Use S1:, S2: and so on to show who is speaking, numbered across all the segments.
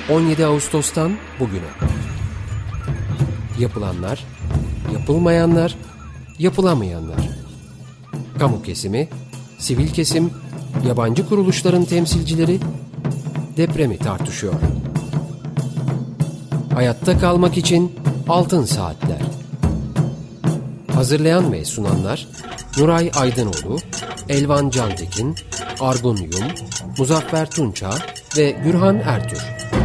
S1: 17 Ağustos'tan bugüne. Yapılanlar, yapılmayanlar, yapılamayanlar. Kamu kesimi, sivil kesim, yabancı kuruluşların temsilcileri depremi tartışıyor. Hayatta kalmak için altın saatler. Hazırlayan ve sunanlar Nuray Aydınoğlu, Elvan Cantekin, Argun Yum, Muzaffer Tunça ve Gürhan Ertür.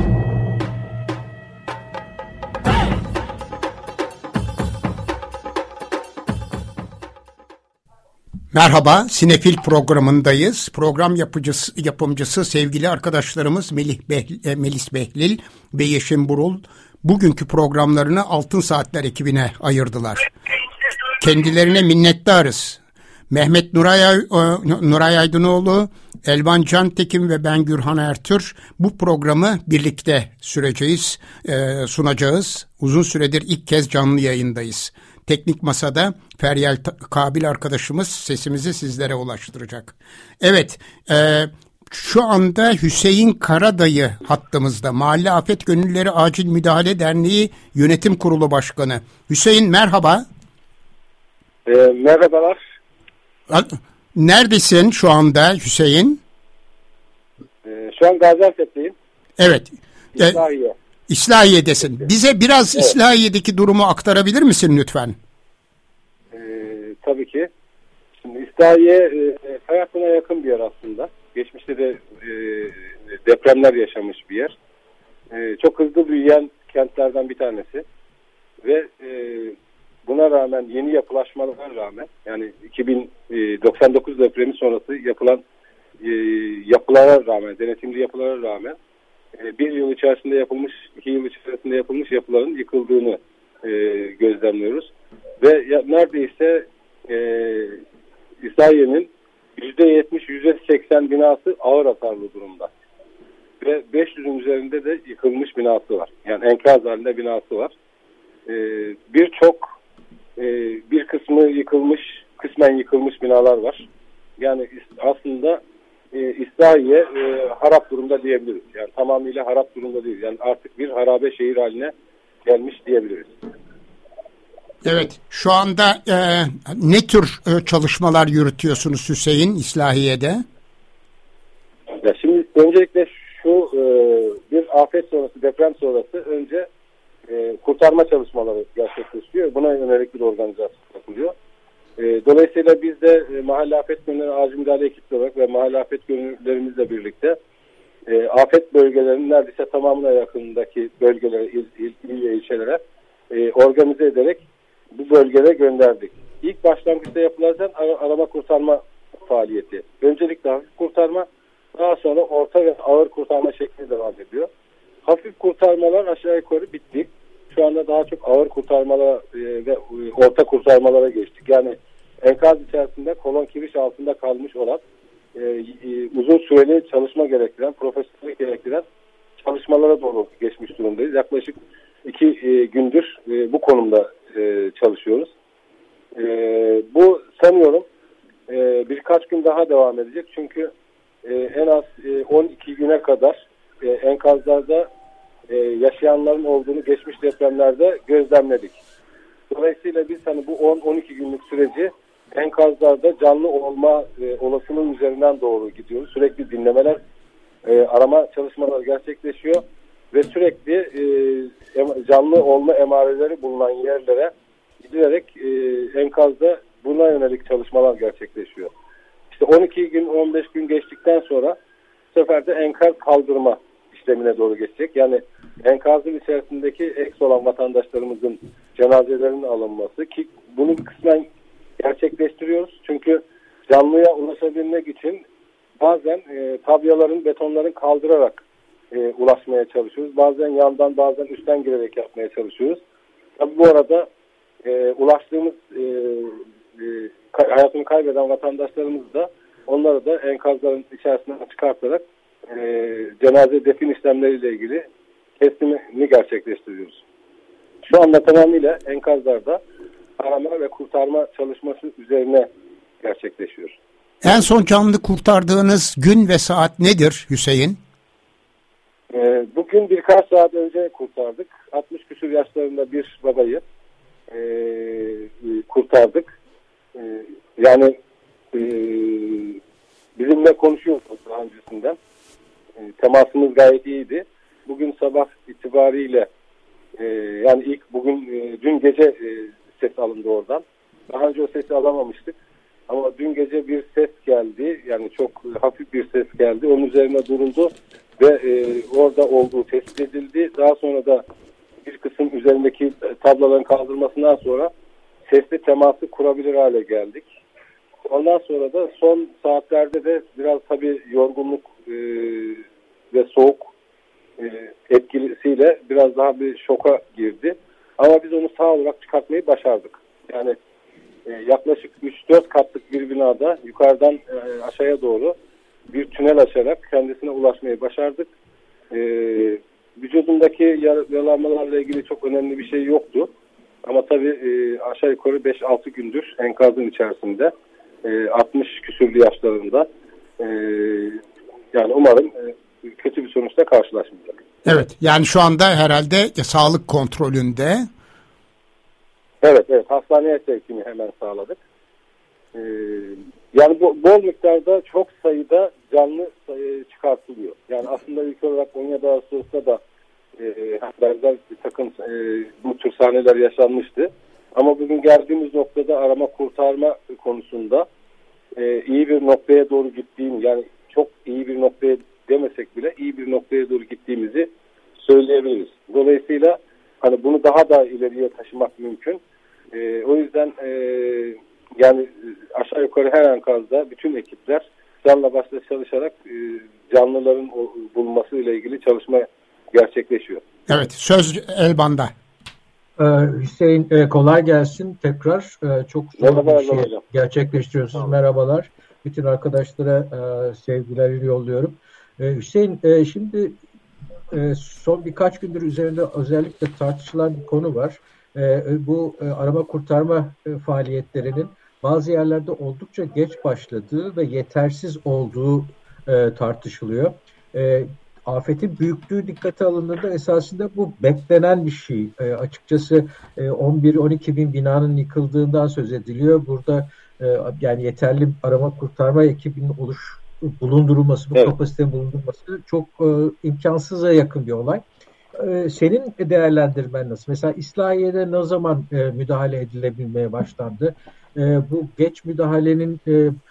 S2: Merhaba, Sinefil programındayız. Program yapımcısı sevgili arkadaşlarımız Melis Behlil ve Yeşim Burul bugünkü programlarını Altın Saatler ekibine ayırdılar. Kendilerine minnettarız. Mehmet Nuray Aydınoğlu, Elvan Cantekin ve ben Gürhan Ertür bu programı birlikte sunacağız. Uzun süredir ilk kez canlı yayındayız. Teknik Masa'da Feryal Kabil arkadaşımız sesimizi sizlere ulaştıracak. Evet, şu anda Hüseyin Karadayı hattımızda. Mahalle Afet Gönüllüleri Acil Müdahale Derneği Yönetim Kurulu Başkanı. Hüseyin merhaba.
S3: Merhabalar.
S2: Neredesin şu anda Hüseyin?
S3: Şu an Gaziantep'teyim.
S2: Evet.
S3: İslahiye.
S2: İslahiye'desin. Bize biraz evet. İslahiye'deki durumu aktarabilir misin lütfen?
S3: Tabii ki. Şimdi İslahiye hayatına yakın bir yer aslında. Geçmişte de depremler yaşamış bir yer. Çok hızlı büyüyen kentlerden bir tanesi. Ve buna rağmen yeni yapılaşmalara rağmen yani 2099 depremi sonrası yapılan yapılara rağmen, denetimli yapılara rağmen bir yıl içerisinde yapılmış, 2 yıl içerisinde yapılmış yapıların yıkıldığını gözlemliyoruz. Ve neredeyse İslahiye'nin %70, %80 binası ağır hasarlı durumda. Ve 500'ün üzerinde de yıkılmış binası var. Yani enkaz halinde binası var. Bir kısmı yıkılmış, kısmen yıkılmış binalar var. Yani aslında İslahiye harap durumda diyebiliriz. Yani tamamıyla harap durumda değil. Yani artık bir harabe şehir haline gelmiş diyebiliriz.
S2: Evet, şu anda ne tür çalışmalar yürütüyorsunuz Hüseyin İslahiye'de?
S3: Ya şimdi öncelikle şu bir afet sonrası, deprem sonrası önce kurtarma çalışmaları gerçekleşiyor. Buna yönelik bir organizasyon yapılıyor. Dolayısıyla biz de Mahalle Afet Gönüllüleri Acil Müdahale Ekipleri olarak ve Mahalle Afet Gönüllülerimizle birlikte afet bölgelerinin neredeyse tamamına yakındaki bölgelere, il ve ilçelere organize ederek bu bölgelere gönderdik. İlk başlangıçta yapılacak arama kurtarma faaliyeti. Öncelikle hafif kurtarma, daha sonra orta ve ağır kurtarma şeklinde devam ediyor. Hafif kurtarmalar aşağı yukarı bitti. Şu anda daha çok ağır kurtarmalara ve orta kurtarmalara geçtik. Yani enkaz içerisinde kolon kiriş altında kalmış olan uzun süreli çalışma gerektiren, profesyonellik gerektiren çalışmalara doğru geçmiş durumdayız. Yaklaşık 2 gündür bu konumda çalışıyoruz. Bu sanıyorum birkaç gün daha devam edecek. Çünkü en az 12 güne kadar enkazlarda yaşayanların olduğunu geçmiş depremlerde gözlemledik. Dolayısıyla biz bu 10-12 günlük süreci enkazlarda canlı olma olasılığının üzerinden doğru gidiyoruz. Sürekli dinlemeler, arama çalışmaları gerçekleşiyor ve sürekli canlı olma emareleri bulunan yerlere gidilerek enkazda buna yönelik çalışmalar gerçekleşiyor. İşte 12 gün, 15 gün geçtikten sonra bu sefer de enkaz kaldırma işlemine doğru geçecek. Yani enkazın içerisindeki eks olan vatandaşlarımızın cenazelerinin alınması ki bunu kısmen gerçekleştiriyoruz. Çünkü canlıya ulaşabilmek için bazen tabyaların, betonların kaldırarak ulaşmaya çalışıyoruz. Bazen yandan, bazen üstten girerek yapmaya çalışıyoruz. Tabii bu arada ulaştığımız hayatını kaybeden vatandaşlarımız da onları da enkazların içerisinden çıkartarak cenaze defin işlemleriyle ilgili kesimi gerçekleştiriyoruz. Şu anda tamamıyla enkazlarda arama ve kurtarma çalışması üzerine gerçekleşiyor.
S2: En son canlı kurtardığınız gün ve saat nedir Hüseyin?
S3: Bugün birkaç saat önce kurtardık. 60 küsur yaşlarında bir babayı kurtardık. Yani bizimle konuşuyorduk daha öncesinden. Temasımız gayet iyiydi. Bugün sabah itibariyle yani ilk bugün dün gece ses alındı oradan. Daha önce o sesi alamamıştık. Ama dün gece bir ses geldi. Yani çok hafif bir ses geldi. Onun üzerine duruldu ve orada olduğu tespit edildi. Daha sonra da bir kısım üzerindeki tabloların kaldırmasından sonra sesli teması kurabilir hale geldik. Ondan sonra da son saatlerde de biraz tabii yorgunluk ve soğuk etkisiyle biraz daha bir şoka girdi. Ama biz onu sağ olarak çıkartmayı başardık. Yani yaklaşık 3-4 katlık bir binada yukarıdan aşağıya doğru bir tünel açarak kendisine ulaşmayı başardık. Vücudundaki yaralanmalarla ilgili çok önemli bir şey yoktu. Ama tabii aşağı yukarı 5-6 gündür enkazın içerisinde 60 küsürlü yaşlarında yani umarım kötü bir sonuçla karşılaşmayacak.
S2: Evet, yani şu anda herhalde sağlık kontrolünde.
S3: Evet, hastaneye sevkini hemen sağladık. Yani bol miktarda çok sayıda canlı çıkartılıyor. Yani aslında ülke olarak 17 Ağustos'ta da benzer bir takım bu tür sahneler yaşanmıştı. Ama bugün geldiğimiz noktada arama kurtarma konusunda iyi bir noktaya doğru gittiğim, yani çok iyi bir noktaya demesek bile iyi bir noktaya doğru gittiğimizi söyleyebiliriz. Dolayısıyla hani bunu daha da ileriye taşımak mümkün. O yüzden yani aşağı yukarı her enkazda bütün ekipler canla başla çalışarak canlıların bulunması ile ilgili çalışma gerçekleşiyor.
S2: Evet, söz Elvan'da.
S4: Hüseyin kolay gelsin tekrar. Çok zor bir şey gerçekleştiriyorsunuz.
S3: Tamam.
S4: Merhabalar. Bütün arkadaşlara sevgilerimi yolluyorum. Hüseyin şimdi son birkaç gündür üzerinde özellikle tartışılan bir konu var. Bu arama kurtarma faaliyetlerinin bazı yerlerde oldukça geç başladığı ve yetersiz olduğu tartışılıyor. Afetin büyüklüğü dikkate alındığında esasında bu beklenen bir şey. Açıkçası 11-12 bin binanın yıkıldığından söz ediliyor. Burada yani yeterli arama kurtarma ekibinin bulundurulması, bu
S3: evet,
S4: kapasitenin bulundurulması çok imkansıza yakın bir olay. Senin değerlendirmen nasıl? Mesela İslahiye'de ne zaman müdahale edilebilmeye başlandı? Bu geç müdahalenin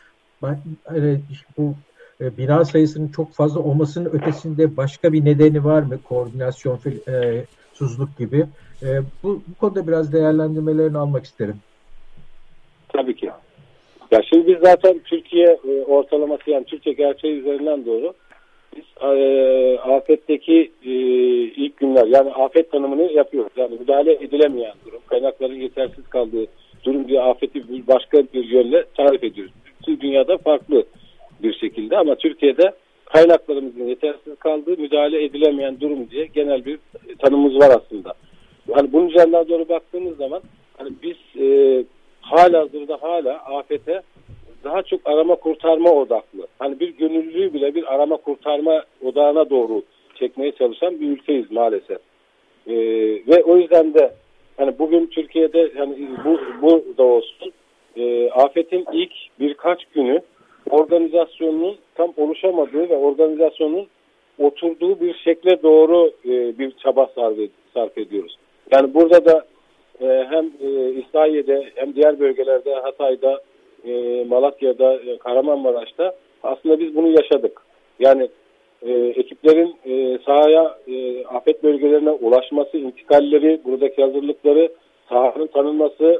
S4: bu bina sayısının çok fazla olmasının ötesinde başka bir nedeni var mı? Koordinasyonsuzluk gibi. Bu konuda biraz değerlendirmelerini almak isterim.
S3: Tabii ki. Ya şimdi biz zaten Türkiye ortalaması, yani Türkiye gerçeği üzerinden doğru biz afetteki ilk günler, yani afet tanımını yapıyoruz. Yani müdahale edilemeyen durum, kaynakların yetersiz kaldığı durum diye afeti başka bir yönle tarif ediyoruz. Bütün dünyada farklı bir şekilde, ama Türkiye'de kaynaklarımızın yetersiz kaldığı, müdahale edilemeyen durum diye genel bir tanımımız var aslında. Yani bunun üzerinden doğru baktığımız zaman hani biz halihazırda hala afete daha çok arama kurtarma odaklı. Hani bir gönüllülüğü bile bir arama kurtarma odağına doğru çekmeye çalışan bir ülkeyiz maalesef. Ve o yüzden de hani bugün Türkiye'de yani bu da olsun afetin ilk birkaç günü organizasyonun tam oluşamadığı ve organizasyonun oturduğu bir şekle doğru bir çaba sarf ediyoruz. Yani burada da hem İslahiye'de hem diğer bölgelerde, Hatay'da, Malatya'da, Kahramanmaraş'ta aslında biz bunu yaşadık. Yani ekiplerin sahaya, afet bölgelerine ulaşması, intikalleri, buradaki hazırlıkları, sahanın tanınması,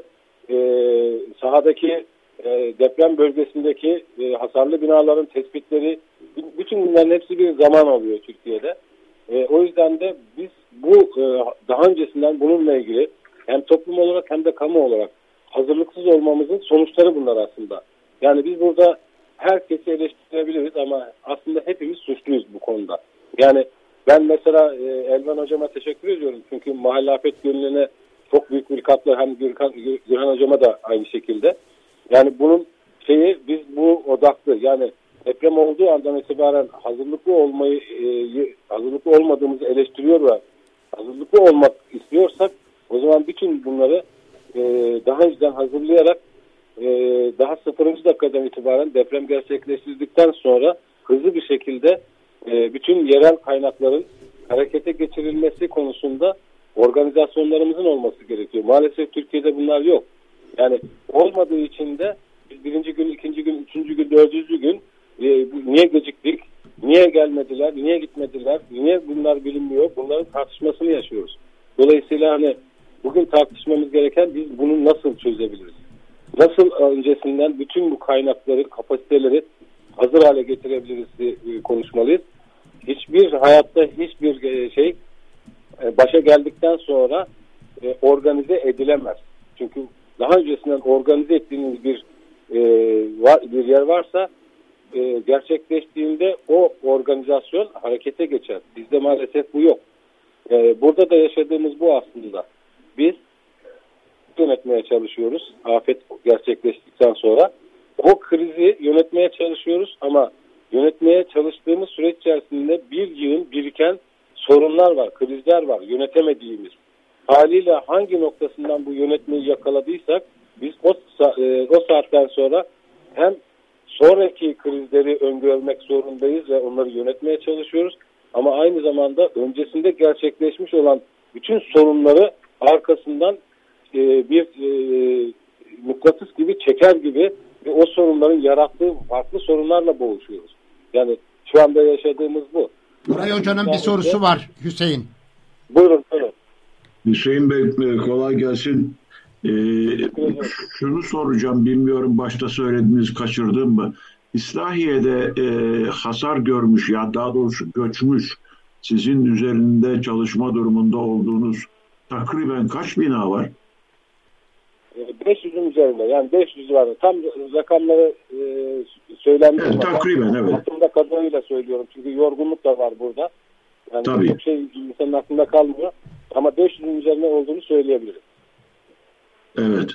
S3: sahadaki deprem bölgesindeki hasarlı binaların tespitleri, bütün bunların hepsi bir zaman alıyor Türkiye'de. O yüzden de biz bu daha öncesinden bununla ilgili hem toplum olarak hem de kamu olarak hazırlıksız olmamızın sonuçları bunlar aslında. Yani biz burada herkesi eleştirebiliriz ama aslında hepimiz suçluyuz bu konuda. Yani ben mesela Elvan Hocama teşekkür ediyorum. Çünkü Mahalle Afet Gönüllü'ne çok büyük bir katkı, hem Gürhan Hocama da aynı şekilde. Yani bunun biz bu odaklı, yani deprem olduğu andan itibaren hazırlıklı olmadığımızı eleştiriyor ve hazırlıklı olmak istiyorsak o zaman bütün bunları daha önceden hazırlayarak daha 0. dakikadan itibaren deprem gerçekleştirdikten sonra hızlı bir şekilde bütün yerel kaynakların harekete geçirilmesi konusunda organizasyonlarımızın olması gerekiyor. Maalesef Türkiye'de bunlar yok. Yani olmadığı için de birinci gün, ikinci gün, üçüncü gün, dördüncü gün niye geciktik, niye gelmediler, niye gitmediler, niye bunlar bilinmiyor, bunların tartışmasını yaşıyoruz. Dolayısıyla hani bugün tartışmamız gereken biz bunu nasıl çözebiliriz? Nasıl öncesinden bütün bu kaynakları, kapasiteleri hazır hale getirebiliriz diye konuşmalıyız. Hayatta hiçbir şey başa geldikten sonra organize edilemez. Çünkü daha öncesinden organize ettiğiniz bir yer varsa gerçekleştiğinde o organizasyon harekete geçer. Bizde maalesef bu yok. Burada da yaşadığımız bu aslında. Biz yönetmeye çalışıyoruz. Afet gerçekleştikten sonra o krizi yönetmeye çalışıyoruz ama yönetmeye çalıştığımız süreç içerisinde bir yığın biriken sorunlar var, krizler var, yönetemediğimiz. Haliyle hangi noktasından bu yönetmeyi yakaladıysak biz o saatten sonra hem sonraki krizleri öngörmek zorundayız ve onları yönetmeye çalışıyoruz. Ama aynı zamanda öncesinde gerçekleşmiş olan bütün sorunları arkasından bir mıknatıs gibi çeker gibi ve o sorunların yarattığı farklı sorunlarla boğuşuyoruz. Yani şu anda yaşadığımız bu.
S2: Nuray Hoca'nın bir sorusu var Hüseyin.
S3: Buyurun.
S5: Hüseyin Bey kolay gelsin. Şunu soracağım, bilmiyorum başta söylediğiniz kaçırdım mı? İslahiye'de hasar görmüş ya daha doğrusu göçmüş sizin üzerinde çalışma durumunda olduğunuz takriben kaç bina var?
S3: 500'ün üzerinde, yani 500 var. Tam rakamları söylenmiş.
S5: Evet, takriben evet.
S3: Aklımda kadarıyla söylüyorum çünkü yorgunluk da var burada. Yani
S5: tabii.
S3: Çok şey insanın aklında kalmıyor. Ama 500'ün üzerinde olduğunu söyleyebilirim.
S5: Evet.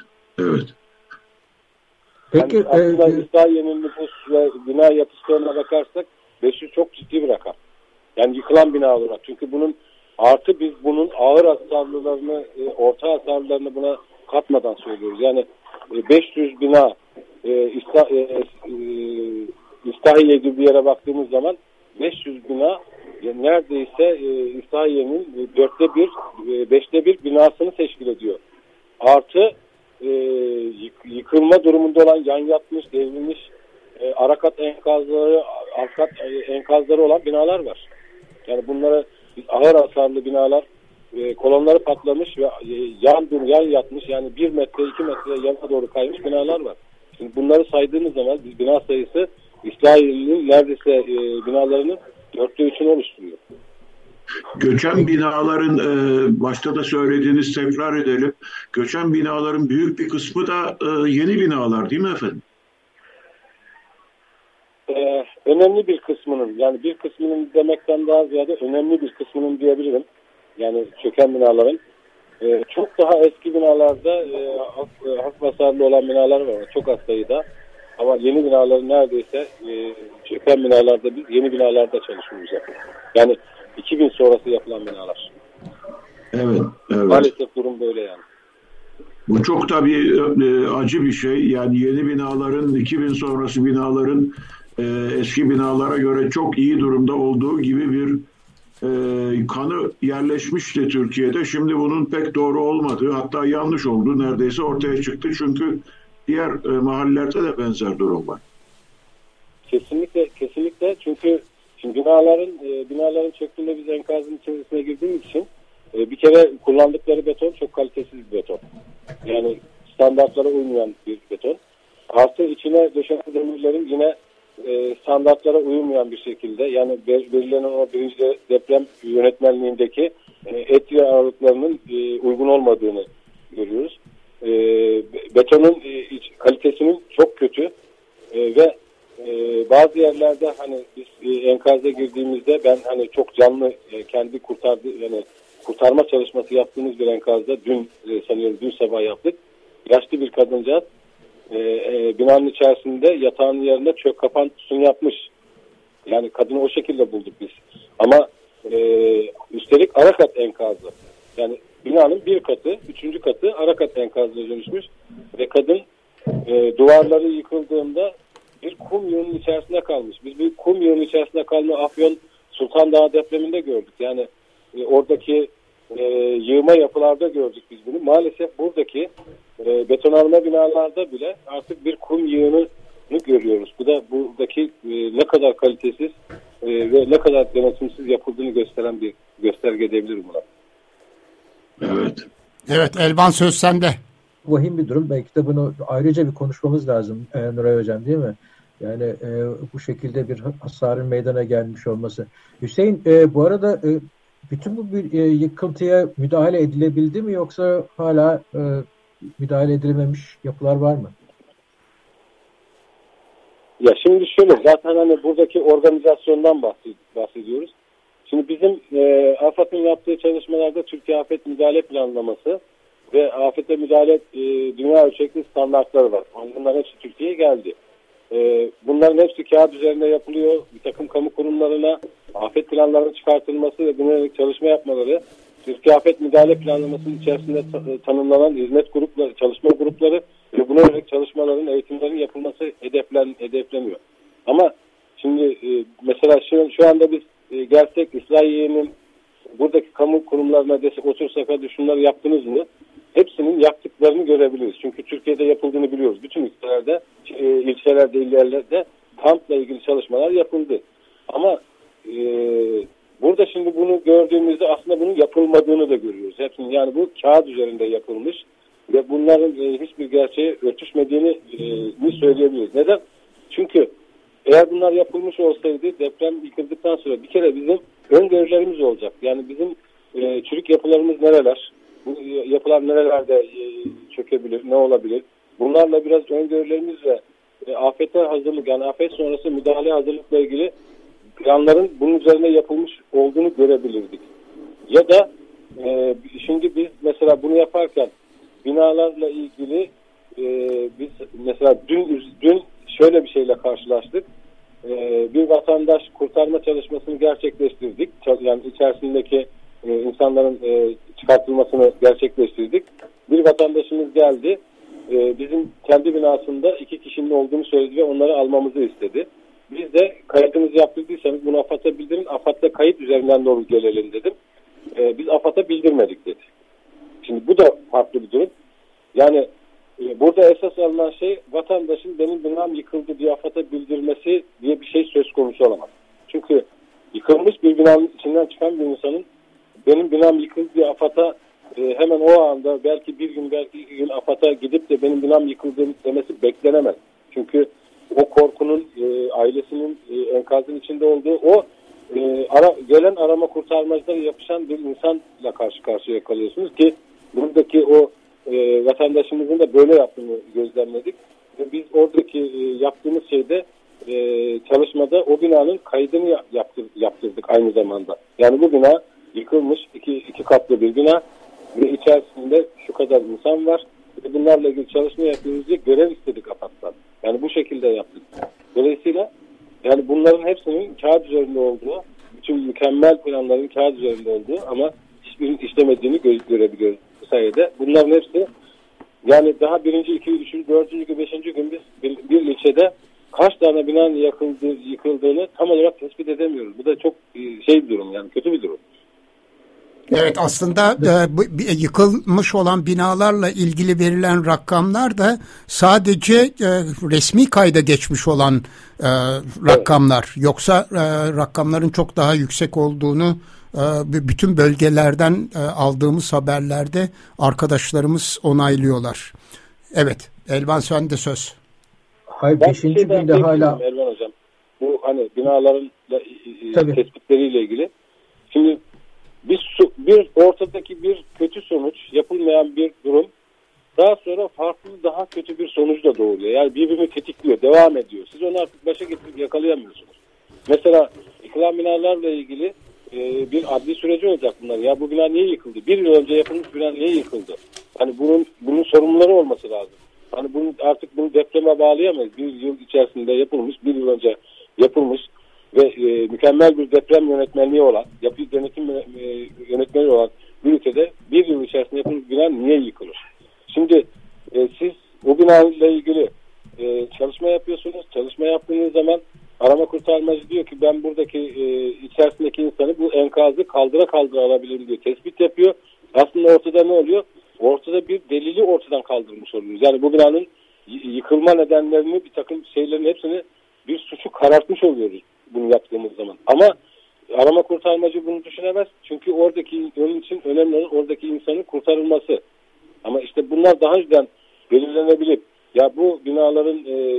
S4: Peki,
S3: yani aslında İslahiye'nin nüfus ve bina yapısına bakarsak 500 çok ciddi bir rakam. Yani yıkılan bina olarak. Çünkü biz bunun ağır hasarlılarını, orta hasarlılarını buna katmadan söylüyoruz. Yani 500 bina İslahiye gibi bir yere baktığımız zaman 500 bina neredeyse İslahiye'nin 5'te 1 binasını teşkil ediyor. Artı yıkılma durumunda olan yan yatmış, devrilmiş arakat enkazları olan binalar var. Yani bunlara ağır hasarlı binalar, kolonları patlamış ve yan yatmış, yani 1 metre 2 metre yana doğru kaymış binalar var. Şimdi bunları saydığımız zaman biz bina sayısı İslahiye'nin neredeyse binalarının 4'te 3'ünü oluşturuyor.
S5: Göçen binaların başta da söylediğiniz, tekrar edelim. Göçen binaların büyük bir kısmı da yeni binalar değil mi efendim?
S3: Önemli bir kısmının, yani bir kısmının demekten daha ziyade önemli bir kısmının diyebilirim. Yani çöken binaların. Çok daha eski binalarda hafif hasarlı olan binalar var. Çok az sayıda. Ama yeni binaların neredeyse çöken binalarda biz yeni binalarda çalışıyoruz. Yani 2000 sonrası yapılan binalar.
S5: Evet.
S3: Maalesef durum böyle yani.
S5: Bu çok tabii acı bir şey. Yani yeni binaların, 2000 sonrası binaların eski binalara göre çok iyi durumda olduğu gibi bir kanı yerleşmişti Türkiye'de. Şimdi bunun pek doğru olmadığı, hatta yanlış olduğu neredeyse ortaya çıktı. Çünkü diğer mahallelerde de benzer durum var.
S3: Kesinlikle. Çünkü şimdi binaların çöktüğünde biz enkazın içerisine girdiğimiz için bir kere kullandıkları beton çok kalitesiz bir beton. Yani standartlara uymayan bir beton. Artı içine döşenen demirlerin yine standartlara uymayan bir şekilde, yani verilen o birinci deprem yönetmenliğindeki etki aralıklarının uygun olmadığını görüyoruz. Betonun kalitesinin çok kötü ve bazı yerlerde hani biz enkaza girdiğimizde ben hani çok canlı kendi kurtarma çalışması yaptığımız bir enkazda dün sabah yaptık. Yaşlı bir kadıncağız binanın içerisinde yatağın yerine çök kapan kutusunu yapmış. Yani kadını o şekilde bulduk biz. Ama üstelik ara kat enkazı. Yani binanın bir katı, 3. katı ara kat enkazına dönüşmüş. Ve kadın duvarları yıkıldığında bir kum yığının içerisinde kalmış. Biz bir kum yığının içerisinde kalma Afyon Sultan Dağı depreminde gördük. Yani oradaki yığma yapılarda gördük biz bunu. Maalesef buradaki betonarme binalarda bile artık bir kum yığını görüyoruz. Bu da buradaki ne kadar kalitesiz ve ne kadar denetimsiz yapıldığını gösteren bir gösterge edebilirim buna.
S5: Evet.
S2: Evet, Elvan söz sende.
S4: Vahim bir durum. Belki de bunu ayrıca bir konuşmamız lazım Nuray Hocam, değil mi? Yani bu şekilde bir hasarın meydana gelmiş olması. Hüseyin, bu arada bütün bu bir yıkıntıya müdahale edilebildi mi, yoksa hala müdahale edilememiş yapılar var mı?
S3: Ya şimdi şöyle, zaten hani buradaki organizasyondan bahsediyoruz. Şimdi bizim AFAD'ın yaptığı çalışmalarda Türkiye Afet Müdahale Planlaması ve afete müdahale dünya ölçekli standartları var. Bunların hepsi Türkiye'ye geldi. Bunların hepsi kağıt üzerinde yapılıyor. Bir takım kamu kurumlarına afet planlarının çıkartılması ve buna yönelik çalışma yapmaları, Türkiye Afet Müdahale Planlaması'nın içerisinde tanımlanan hizmet grupları, çalışma grupları ve buna yönelik çalışmaların, eğitimlerin yapılması hedefleniyor. Ama şimdi mesela şu anda biz gelsek İslahiye'nin buradaki kamu kurumlarına desek, otursak hadi şunları yaptınız mı? Hepsinin yaptıklarını görebiliriz. Çünkü Türkiye'de yapıldığını biliyoruz. Bütün ilçelerde, illerde kampla ilgili çalışmalar yapıldı. Ama burada şimdi bunu gördüğümüzde aslında bunun yapılmadığını da görüyoruz. Hepsinin, yani bu kağıt üzerinde yapılmış ve bunların hiçbir gerçeğe örtüşmediğini söyleyebiliriz. Neden? Çünkü eğer bunlar yapılmış olsaydı deprem yıkıldıktan sonra bir kere bizim öngörülerimiz olacak. Yani bizim çürük yapılarımız nereler? Bu yapılar nerelerde çökebilir? Ne olabilir? Bunlarla biraz öngörülerimiz ve afete hazırlık, yani afet sonrası müdahale hazırlıkla ilgili planların bunun üzerine yapılmış olduğunu görebilirdik. Ya da şimdi biz mesela bunu yaparken binalarla ilgili biz mesela dün şöyle bir şeyle karşılaştık. Bir vatandaş kurtarma çalışmasını gerçekleştirdik. Yani içerisindeki insanların çıkartılmasını gerçekleştirdik. Bir vatandaşımız geldi. Bizim kendi binasında 2 kişinin olduğunu söyledi ve onları almamızı istedi. Biz de kaydımızı yaptırdıysanız bunu AFAD'a bildirin. AFAD'la kayıt üzerinden doğru gelelim dedim. Biz AFAD'a bildirmedik dedi. Şimdi bu da farklı bir durum. Yani burada esas alınan şey vatandaşın benim binam yıkıldı diye AFAD'a bildirmesi diye bir şey söz konusu olamaz. Çünkü yıkılmış bir binanın içinden çıkan bir insanın benim binam yıkıldı diye AFAD'a hemen o anda belki bir gün belki 2 gün AFAD'a gidip de benim binam yıkıldı demesi beklenemez. Çünkü o korkunun ailesinin enkazın içinde olduğu o gelen arama kurtarmacılara yapışan bir insanla karşı karşıya kalıyorsunuz ki buradaki o vatandaşımızın da böyle yaptığını gözlemledik. Ve biz oradaki yaptığımız şeyde çalışmada o binanın kaydını yaptırdık aynı zamanda. Yani bu bina yıkılmış iki katlı bir bina ve içerisinde şu kadar insan var ve bunlarla ilgili çalışma yapıyoruz diye görev istedik AFAD'dan. Yani bu şekilde yaptık. Dolayısıyla yani bunların hepsinin kağıt üzerinde olduğu, bütün mükemmel planların kağıt üzerinde olduğu ama hiçbirinin işlemediğini görebiliyoruz bu sayede. Bunların hepsi yani daha 1. 2. 3. 4. gün 5. gün biz bir ilçede kaç tane binanın yıkıldığını tam olarak tespit edemiyoruz. Bu da çok bir durum, yani kötü bir durum.
S2: Evet, aslında yıkılmış olan binalarla ilgili verilen rakamlar da sadece resmi kayda geçmiş olan rakamlar. Evet. Yoksa rakamların çok daha yüksek olduğunu bütün bölgelerden aldığımız haberlerde arkadaşlarımız onaylıyorlar. Evet, Elvan sende söz.
S4: Hayır, 5. günde hala...
S3: Elvan Hocam, bu hani binaların tespitleriyle ilgili. Şimdi bir ortadaki bir kötü sonuç, yapılmayan bir durum daha sonra farklı daha kötü bir sonuç da doğuruyor. Yani birbirini tetikliyor, devam ediyor. Siz onu artık başa getirip yakalayamıyorsunuz. Mesela yıkılan binalarla ilgili bir adli süreci olacak bunlar. Ya bu bina niye yıkıldı? Bir yıl önce yapılmış bina niye yıkıldı? Hani bunun sorumluları olması lazım. Hani artık bunu depreme bağlayamayız. Bir yıl içerisinde yapılmış, bir yıl önce yapılmış ve mükemmel bir deprem yönetmenliği olan, yapı denetim yönetmeni olan bir ülkede bir yıl içerisinde yapılmış bina niye yıkılır? Şimdi siz o binayla ilgili çalışma yapıyorsunuz. Çalışma yaptığınız zaman arama kurtarmacı diyor ki ben buradaki içerisindeki insanı bu enkazı kaldıra alabilirim diye tespit yapıyor. Aslında ortada ne oluyor? Ortada bir delili ortadan kaldırmış oluyoruz. Yani bu binanın yıkılma nedenlerini, bir takım şeylerin hepsini, bir suçu karartmış oluyoruz bunu yaptığımız zaman. Ama arama kurtarmacı bunu düşünemez. Çünkü onun için önemli olan oradaki insanın kurtarılması. Ama işte bunlar daha önceden belirlenebilip ya bu binaların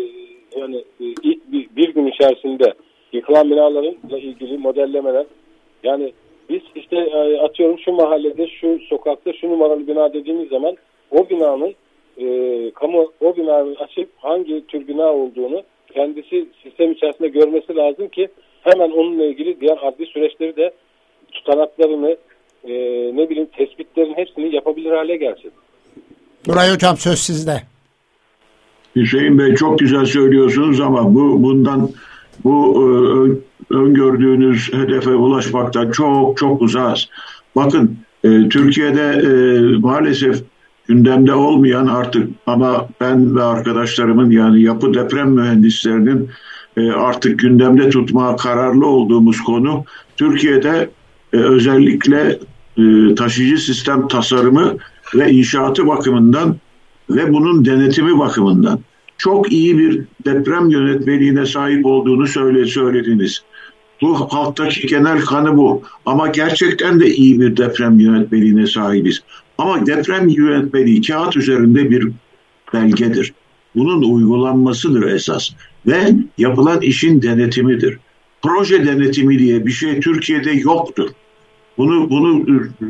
S3: ilk bir gün içerisinde yıkılan binalarla ilgili modellemeler, yani biz işte atıyorum şu mahallede, şu sokakta, şu numaralı bina dediğimiz zaman o binanın kamu o binanın açıp hangi tür bina olduğunu kendisi sistem içerisinde görmesi lazım ki hemen onunla ilgili diğer adli süreçleri de tutanaklarını tespitlerin hepsini yapabilir hale gelsin.
S2: Nuray Hocam söz sizde.
S5: Hüseyin Bey çok güzel söylüyorsunuz ama bu öngördüğünüz hedefe ulaşmaktan çok çok uzağız. Bakın Türkiye'de maalesef gündemde olmayan artık ama ben ve arkadaşlarımın yani yapı deprem mühendislerinin artık gündemde tutmaya kararlı olduğumuz konu Türkiye'de özellikle taşıyıcı sistem tasarımı ve inşaatı bakımından ve bunun denetimi bakımından çok iyi bir deprem yönetmeliğine sahip olduğunu söylediniz. Bu halktaki genel kanı bu. Ama gerçekten de iyi bir deprem yönetmeliğine sahibiz. Ama deprem yönetmeliği kağıt üzerinde bir belgedir. Bunun uygulanmasıdır esas. Ve yapılan işin denetimidir. Proje denetimi diye bir şey Türkiye'de yoktur. Bunu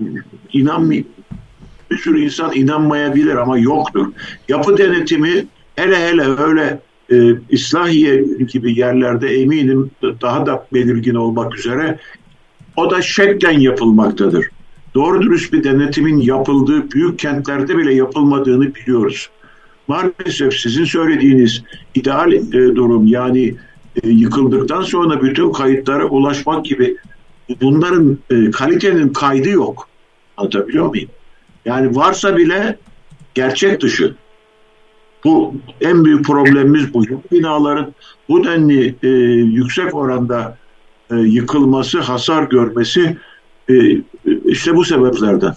S5: bir sürü insan inanmayabilir ama yoktur. Yapı denetimi hele öyle İslahiye gibi yerlerde eminim daha da belirgin olmak üzere o da şeklen yapılmaktadır. Doğru dürüst bir denetimin yapıldığı büyük kentlerde bile yapılmadığını biliyoruz. Maalesef sizin söylediğiniz ideal durum yani yıkıldıktan sonra bütün kayıtlara ulaşmak gibi bunların kalitenin kaydı yok. Anlatabiliyor muyum? Yani varsa bile gerçek dışı. Bu en büyük problemimiz bu. Binaların bu denli yüksek oranda yıkılması, hasar görmesi işte bu sebeplerden.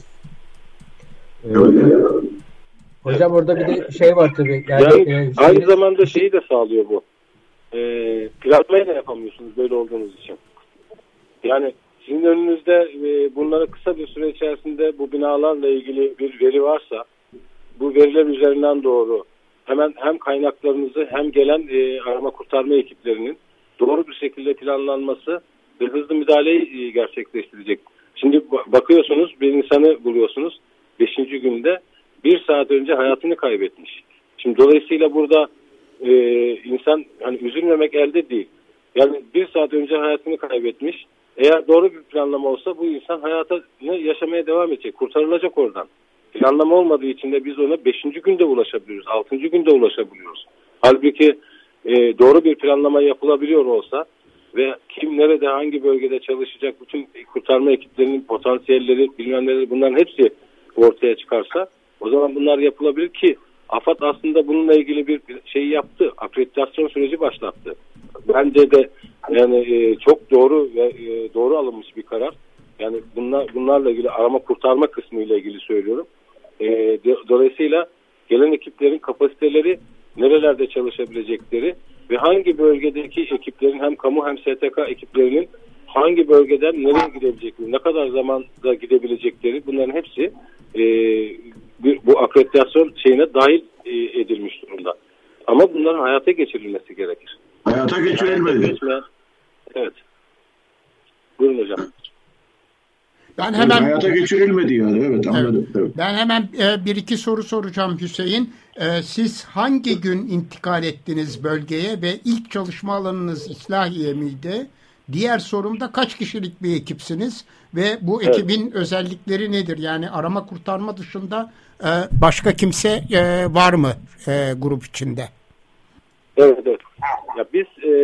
S4: Hocam orada bir de şey var tabii.
S3: Yani aynı zamanda şeyi de sağlıyor bu. Planlamayı da yapamıyorsunuz böyle olduğunuz için. Yani sizin önünüzde bunları kısa bir süre içerisinde bu binalarla ilgili bir veri varsa bu veriler üzerinden doğru hemen hem kaynaklarınızı hem gelen arama kurtarma ekiplerinin doğru bir şekilde planlanması ve hızlı müdahaleyi gerçekleştirecek. Şimdi bakıyorsunuz bir insanı buluyorsunuz 5. günde 1 saat önce hayatını kaybetmiş. Şimdi dolayısıyla burada insan hani üzülmemek elde değil. Yani 1 saat önce hayatını kaybetmiş. Eğer doğru bir planlama olsa bu insan hayatını yaşamaya devam edecek. Kurtarılacak oradan. Planlama olmadığı için de biz ona 5. günde ulaşabiliyoruz. 6. günde ulaşabiliyoruz. Halbuki doğru bir planlama yapılabiliyor olsa ve kim nerede hangi bölgede çalışacak bütün kurtarma ekiplerinin potansiyelleri bilmem neleri bunların hepsi ortaya çıkarsa o zaman bunlar yapılabilir ki AFAD aslında bununla ilgili bir şey yaptı. Akreditasyon süreci başlattı. Bence de yani çok doğru ve doğru alınmış bir karar. Yani bunlarla ilgili arama kurtarma kısmı ile ilgili söylüyorum. Dolayısıyla gelen ekiplerin kapasiteleri nerelerde çalışabilecekleri ve hangi bölgedeki ekiplerin hem kamu hem STK ekiplerinin hangi bölgeden nereye gidebilecekleri, ne kadar zamanda gidebilecekleri bunların hepsi bu akreditasyon şeyine dahil edilmiş durumda. Ama bunların hayata geçirilmesi gerekir.
S5: Hayata geçirilmedi.
S3: Evet. Buyurun hocam.
S2: Ben hemen
S5: hayata geçirilmedi yani. Evet anladım. Evet.
S2: Ben hemen bir iki soru soracağım Hüseyin. Siz hangi gün intikal ettiniz bölgeye ve ilk çalışma alanınız İslahiye miydi? Diğer sorum da kaç kişilik bir ekipsiniz ve bu ekibin özellikleri nedir? Yani arama kurtarma dışında başka kimse var mı grup içinde?
S3: Evet. Ya biz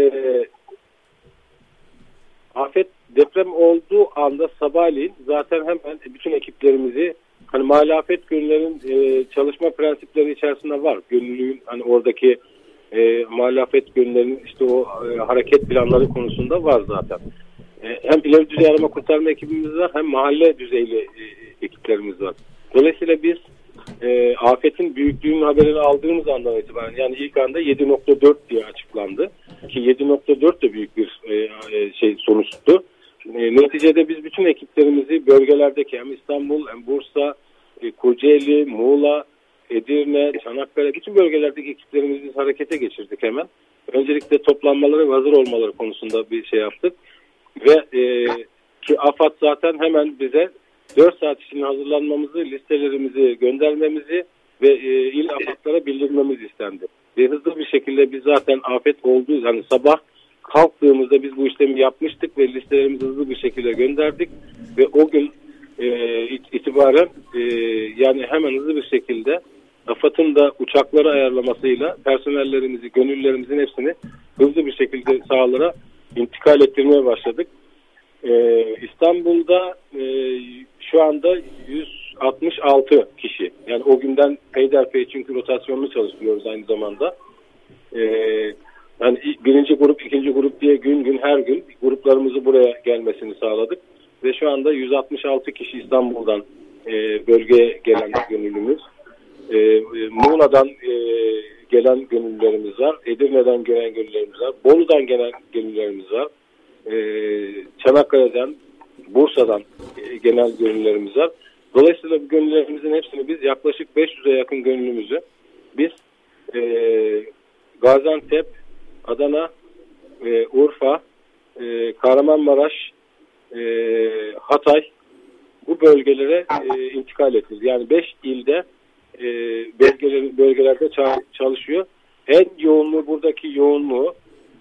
S3: afet deprem olduğu anda sabahleyin zaten hemen bütün ekiplerimizi hani mahalli afet gönüllerin çalışma prensipleri içerisinde var. Gönüllülüğün hani oradaki mahalli afet gönüllerinin işte o hareket planları konusunda var zaten. Hem ileri düzey arama kurtarma ekibimiz var hem mahalle düzeyli ekiplerimiz var. Dolayısıyla biz afetin büyüklüğünün haberini aldığımız andan itibaren yani ilk anda 7.4 diye açıklandı. Ki 7.4 de büyük bir sonuçtu. Neticede biz bütün ekiplerimizi bölgelerdeki hem İstanbul hem Bursa, Kocaeli, Muğla, Edirne, Çanakkale bütün bölgelerdeki ekiplerimizi biz harekete geçirdik hemen. Öncelikle toplanmaları ve hazır olmaları konusunda bir şey yaptık. Ve ki AFAD zaten hemen bize 4 saat içinde hazırlanmamızı, listelerimizi göndermemizi ve il AFAD'lara bildirmemiz istendi. Ve hızlı bir şekilde biz zaten afet olduğu yani sabah kalktığımızda biz bu işlemi yapmıştık ve listelerimizi hızlı bir şekilde gönderdik. Ve o gün itibaren yani hemen hızlı bir şekilde AFAD'ın da uçakları ayarlamasıyla personellerimizi, gönüllülerimizin hepsini hızlı bir şekilde sahalara intikal ettirmeye başladık. İstanbul'da şu anda 166 kişi. Yani o günden peyderpey çünkü rotasyonlu çalışıyoruz aynı zamanda. Yani birinci grup, ikinci grup diye gün her gün gruplarımızı buraya gelmesini sağladık. Ve şu anda 166 kişi İstanbul'dan bölgeye gelen gönüllümüz. Muğla'dan gelen gönüllülerimiz var. Edirne'den gelen gönüllülerimiz var. Bolu'dan gelen gönüllülerimiz var. Çanakkale'den, Bursa'dan genel gönüllülerimiz var. Dolayısıyla bu gönüllülerimizin hepsini biz yaklaşık 500'e yakın gönüllümüzü biz Gaziantep, Adana, Urfa, Kahramanmaraş, Hatay bu bölgelere intikal ettirdi. Yani 5 ilde bölgelerde çalışıyor. En yoğunluğu buradaki yoğunluğu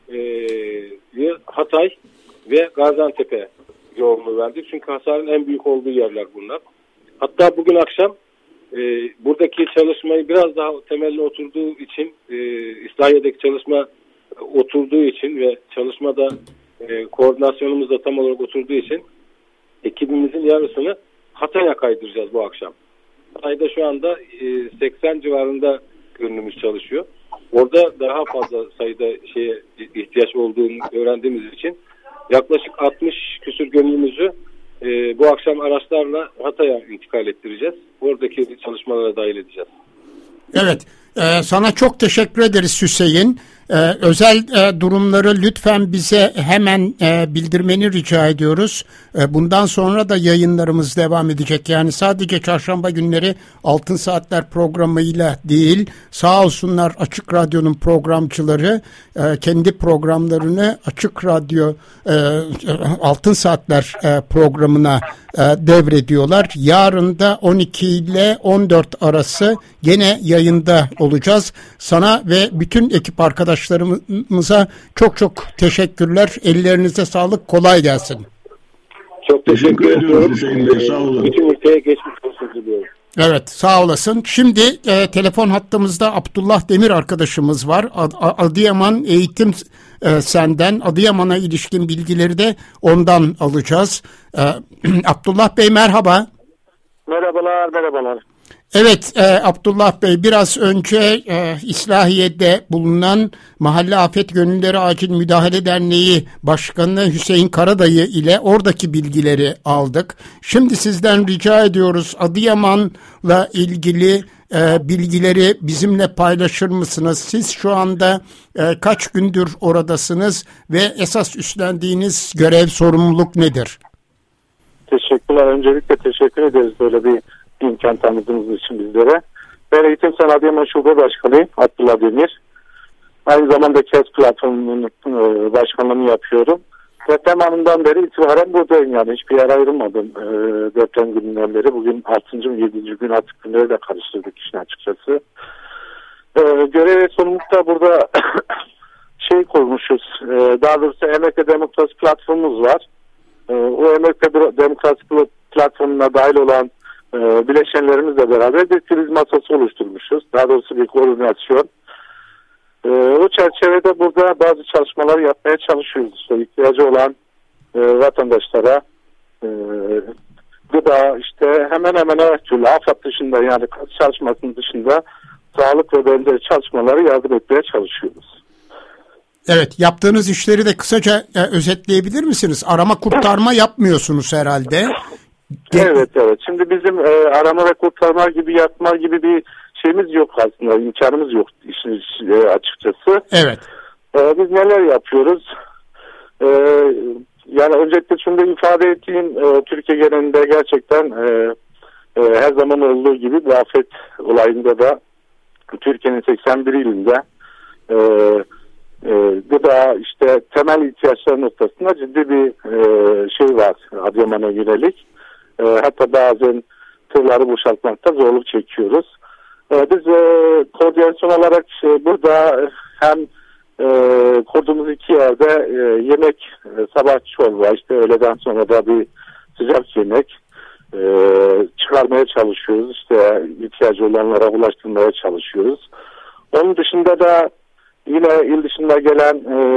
S3: Hatay ve Gaziantep'e yoğunluğu verdik. Çünkü hasarın en büyük olduğu yerler bunlar. Hatta bugün akşam buradaki çalışmayı biraz daha temelli oturduğu için İslahiye'deki çalışma oturduğu için ve çalışmada koordinasyonumuz da tam olarak oturduğu için ekibimizin yarısını Hatay'a kaydıracağız bu akşam. Hatay'da şu anda 80 civarında gönüllümüz çalışıyor. Orada daha fazla sayıda ihtiyaç olduğunu öğrendiğimiz için yaklaşık 60 küsur gönüllümüzü bu akşam araçlarla Hatay'a intikal ettireceğiz. Oradaki çalışmalara dahil edeceğiz.
S2: Evet, sana çok teşekkür ederiz Hüseyin. Özel durumları lütfen bize hemen bildirmeni rica ediyoruz. Bundan sonra da yayınlarımız devam edecek. Yani sadece çarşamba günleri Altın Saatler programıyla değil, sağ olsunlar Açık Radyo'nun programcıları kendi programlarını Açık Radyo Altın Saatler programına devrediyorlar. Yarın da 12 ile 14 arası gene yayında olacağız. Sana ve bütün ekip arkadaşlarımıza çok teşekkürler. Ellerinize sağlık. Kolay gelsin.
S3: Çok teşekkür ediyorum.
S5: Hüseyin Bey. Sağ olun.
S3: Bütün ülkeye geçmiş olsun diliyorum.
S2: Evet, sağ olasın. Şimdi telefon hattımızda Abdullah Demir arkadaşımız var. Adıyaman Eğitim Sen'den Adıyaman'a ilişkin bilgileri de ondan alacağız. Abdullah Bey merhaba.
S6: Merhabalar.
S2: Evet Abdullah Bey, biraz önce İslahiye'de bulunan Mahalle Afet Gönüllüleri Acil Müdahale Derneği Başkanı Hüseyin Karadayı ile oradaki bilgileri aldık. Şimdi sizden rica ediyoruz, Adıyaman'la ilgili bilgileri bizimle paylaşır mısınız? Siz şu anda kaç gündür oradasınız ve esas üstlendiğiniz görev, sorumluluk nedir?
S6: Teşekkürler. Öncelikle teşekkür ederiz böyle bir imkan tanıdığınız için bizlere. Ben Eğitim Sen Adıyaman Şube Başkanıyım Abdullah Demir. Aynı zamanda KES platformunun başkanlığını yapıyorum. Deprem anından beri itibaren buradayım, yani hiçbir yer ayrılmadım deprem gününden beri. Bugün 6. ve 7. gün, artık günleri de karıştırdık işin açıkçası. Görev ve sorumlulukta burada şey kurmuşuz. Daha doğrusu Emekli Demokrasi Platformumuz var. O Emekli Demokrasi Platformu'na dahil olan bileşenlerimizle beraber bir kriz masası oluşturmuşuz. Daha doğrusu bir koordinasyon. O çerçevede burada bazı çalışmalar yapmaya çalışıyoruz. İşte ihtiyacı olan vatandaşlara gıda, işte hemen hemen her türlü afet dışında, yani kaç çalışmasının dışında sağlık ve benzeri çalışmaları yardım etmeye çalışıyoruz.
S2: Evet, yaptığınız işleri de kısaca özetleyebilir misiniz? Arama kurtarma yapmıyorsunuz herhalde.
S6: Evet. Şimdi bizim arama ve kurtarma gibi yapma gibi bir şeyimiz yok aslında. İmkanımız yok işin açıkçası.
S2: Evet.
S6: Biz neler yapıyoruz? Yani öncelikle şunu da ifade ettiğim, Türkiye genelinde gerçekten her zaman olduğu gibi bu afet olayında da Türkiye'nin 81 ilinde gıda, işte temel ihtiyaçlar noktasında ciddi bir şey var Adıyaman'a yönelik. Hatta bazen tırları boşaltmakta zorluk çekiyoruz. Biz koordinasyon olarak burada hem kurduğumuz 2 yerde yemek, sabah çorba, işte öğleden sonra da bir sıcak yemek çıkarmaya çalışıyoruz. İşte ihtiyacı olanlara ulaştırmaya çalışıyoruz. Onun dışında da yine il dışında gelen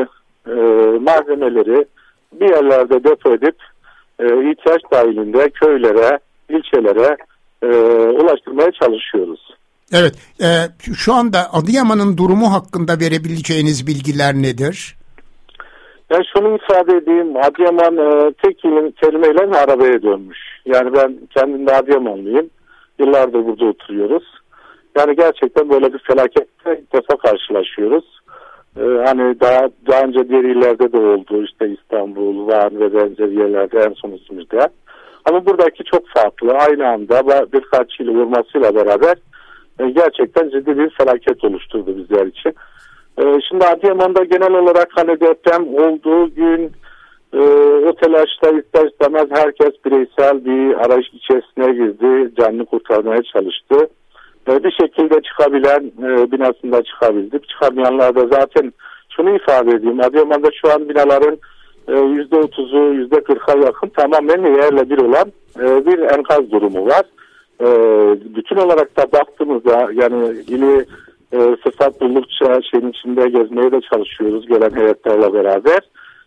S6: malzemeleri bir yerlerde depo edip ihtiyaç dahilinde köylere, ilçelere ulaştırmaya çalışıyoruz.
S2: Evet, şu anda Adıyaman'ın durumu hakkında verebileceğiniz bilgiler nedir?
S6: Yani şunu ifade edeyim, Adıyaman tek kelimeyle arabaya dönmüş. Yani ben kendim de Adıyamanlıyım, yıllardır burada oturuyoruz. Yani gerçekten böyle bir felaketle ilk defa karşılaşıyoruz. Hani daha önce diğer illerde de oldu, işte İstanbul, Van ve benzeri yerlerde en son İzmir'de. Ama buradaki çok farklı, aynı anda birkaç yıl vurmasıyla beraber gerçekten ciddi bir felaket oluşturdu bizler için. Şimdi Adıyaman'da genel olarak hani deprem olduğu gün o telaşla ister istemez herkes bireysel bir arayış içerisine girdi, canını kurtarmaya çalıştı. Bir şekilde çıkabilen binasında çıkabildi. Çıkamayanlar da zaten şunu ifade edeyim, Adıyaman'da şu an binaların %30'u %40'a yakın tamamen yerle bir olan bir enkaz durumu var. Bütün olarak da baktığımızda yani ili fırsat buldukça şeyin içinde gezmeye de çalışıyoruz gelen heyetlerle beraber.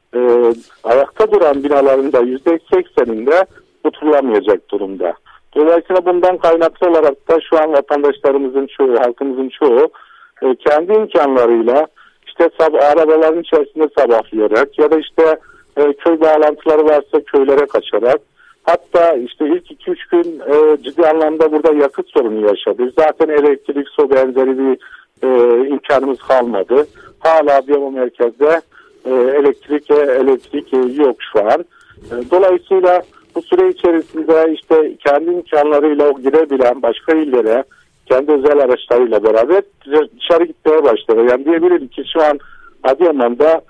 S6: Ayakta duran binaların da %80'inde tutulamayacak durumda. Dolayısıyla bundan kaynaklı olarak da şu an vatandaşlarımızın çoğu, halkımızın çoğu kendi imkanlarıyla işte arabaların içerisinde sabahlayarak ya da işte köy bağlantıları varsa köylere kaçarak, hatta işte ilk 2-3 gün ciddi anlamda burada yakıt sorunu yaşadık. Zaten elektrik, su benzeri bir imkanımız kalmadı. Hala Adıyaman merkezde elektrik yok şu an. Dolayısıyla bu süre içerisinde işte kendi imkanlarıyla girebilen başka illere kendi özel araçlarıyla beraber dışarı gitmeye başladı. Yani diyebilirim ki şu an Adıyaman'da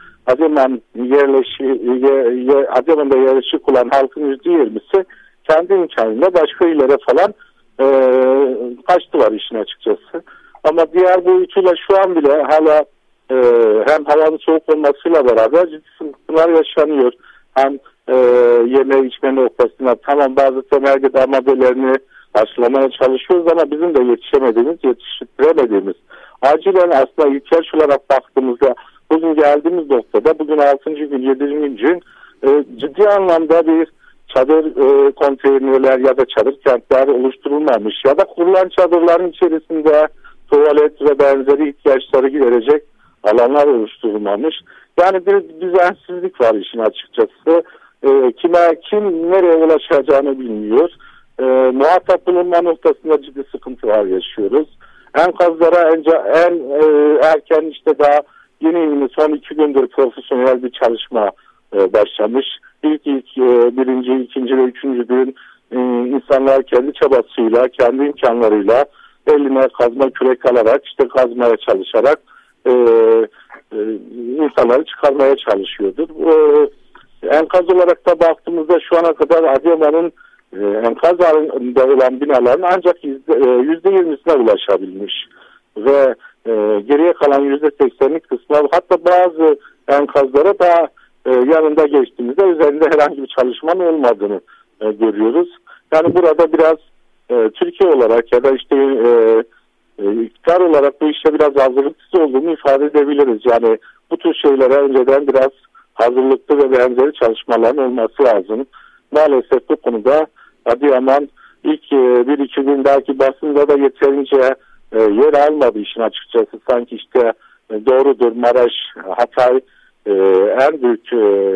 S6: yerleşik olan halkın %20'si kendi imkanıyla başka illere falan kaçtılar işin açıkçası. Ama diğer boyutuyla şu an bile hala hem havanın soğuk olmasıyla beraber ciddi sıkıntılar yaşanıyor. Hem yeme içme noktasında tamam bazı temel gıda maddelerini karşılamaya çalışıyoruz ama bizim de yetiştiremediğimiz acilen aslında ihtiyaç olarak baktığımızda bugün geldiğimiz noktada bugün 6. gün 7. gün ciddi anlamda bir çadır konteynerler ya da çadır kentler oluşturulmamış ya da kurulan çadırların içerisinde tuvalet ve benzeri ihtiyaçları giderecek alanlar oluşturulmamış. Yani bir düzensizlik var işin açıkçası. Kim nereye ulaşacağını bilmiyor. Muhatap bulunma noktasında ciddi sıkıntılar yaşıyoruz. Enkazlara en erken işte daha yeni son 2 gündür profesyonel bir çalışma başlamış. Birinci, ikinci ve üçüncü gün insanlar kendi çabasıyla, kendi imkanlarıyla eline kazma kürek alarak işte kazmaya çalışarak insanları çıkarmaya çalışıyordur. Enkaz olarak da baktığımızda şu ana kadar Adıyaman'ın enkaz halinde olan binaların ancak %20'sine ulaşabilmiş ve geriye kalan %80'lik kısmına, hatta bazı enkazlara daha yanında geçtiğimizde üzerinde herhangi bir çalışmanın olmadığını görüyoruz. Yani burada biraz Türkiye olarak ya da işte iktidar olarak bu işte biraz hazırlıksız olduğunu ifade edebiliriz. Yani bu tür şeylere önceden biraz hazırlıklı ve benzeri çalışmaların olması lazım. Maalesef bu konuda Adıyaman ilk 1-2 gündeki basında da yeterince yer almadı işin açıkçası. Sanki işte doğrudur, Maraş, Hatay en büyük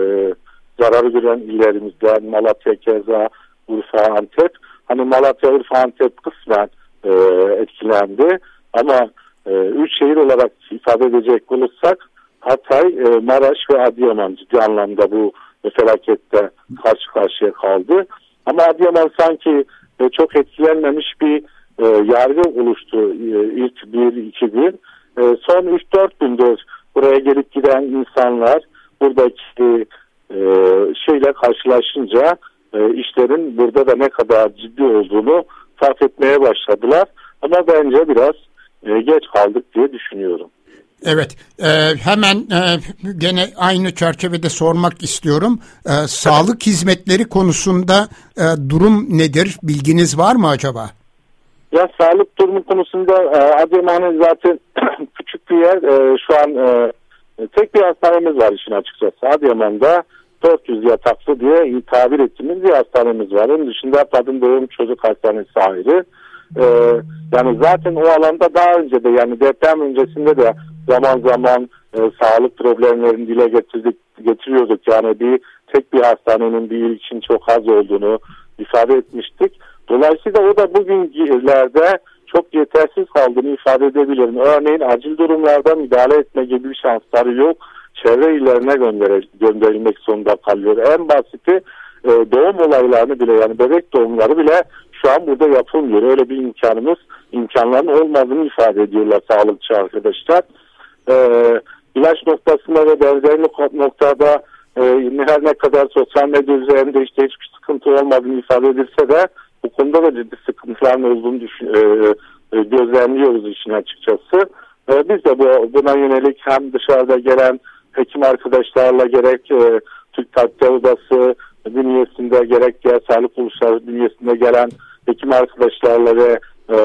S6: zararı gören illerimizden, Malatya, keza Urfa, Antep. Hani Malatya, Urfa, Antep kısmen etkilendi ama 3 şehir olarak ifade edecek olursak Hatay, Maraş ve Adıyaman ciddi anlamda bu felakette karşı karşıya kaldı. Ama Adıyaman sanki çok etkilenmemiş bir yargı oluştu ilk 1-2 gün. Son 3-4 gündür buraya gelip giden insanlar buradaki şeyle karşılaşınca işlerin burada da ne kadar ciddi olduğunu fark etmeye başladılar. Ama bence biraz geç kaldık diye düşünüyorum.
S2: Evet, hemen gene aynı çerçevede sormak istiyorum. Sağlık hizmetleri konusunda durum nedir? Bilginiz var mı acaba?
S6: Ya sağlık durumu konusunda Adıyaman'ın zaten küçük bir yer. Şu an tek bir hastanemiz var işin açıkçası. Adıyaman'da 400 yataklı diye tabir ettiğimiz bir hastanemiz var. Onun dışında kadın doğum çocuk hastanesi ayrı. Yani zaten o alanda daha önce de, yani deprem öncesinde de zaman zaman sağlık problemlerini dile getiriyorduk. Yani tek bir hastanenin bir il için çok az olduğunu ifade etmiştik. Dolayısıyla o da bugünlerde çok yetersiz kaldığını ifade edebilirim. Örneğin acil durumlarda müdahale etme gibi bir şansları yok. Çevre illerine gönderilmek zorunda kalıyor. En basiti doğum olaylarını bile, yani bebek doğumları bile şu an burada yapılmıyor. Öyle bir imkanların olmadığını ifade ediyorlar sağlıkçı arkadaşlar. İlaç noktasında ve benzeri noktada her ne kadar sosyal medya üzerinde işte hiçbir sıkıntı olmadığını ifade edilse de bu konuda da ciddi sıkıntıların olduğunu gözlemliyoruz işin açıkçası. Biz de buna yönelik hem dışarıda gelen hekim arkadaşlarla gerek Türk Tabipler Odası bünyesinde gerek diğer sağlık kuruluşları bünyesinde gelen hekim arkadaşlarla ve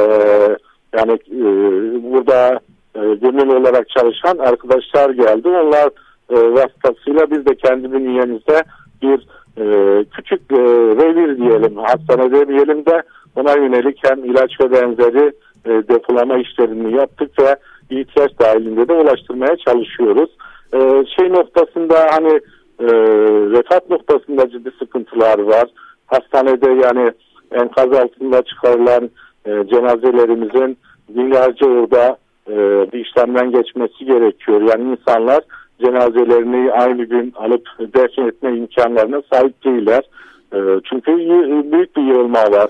S6: yani burada gönüllü olarak çalışan arkadaşlar geldi. Onlar vasıtasıyla biz de kendi bünyemizde bir küçük revir diyelim, hastane demeyelim de ona yönelik hem ilaç ve benzeri depolama işlerini yaptık ve ihtiyaç dahilinde de ulaştırmaya çalışıyoruz. Şey noktasında hani refah noktasında ciddi sıkıntılar var. Hastanede yani enkaz altında çıkarılan cenazelerimizin günlerce orada bir işlemden geçmesi gerekiyor. Yani insanlar cenazelerini aynı gün alıp defn etme imkanlarına sahip değiller. Çünkü büyük bir yığılma var.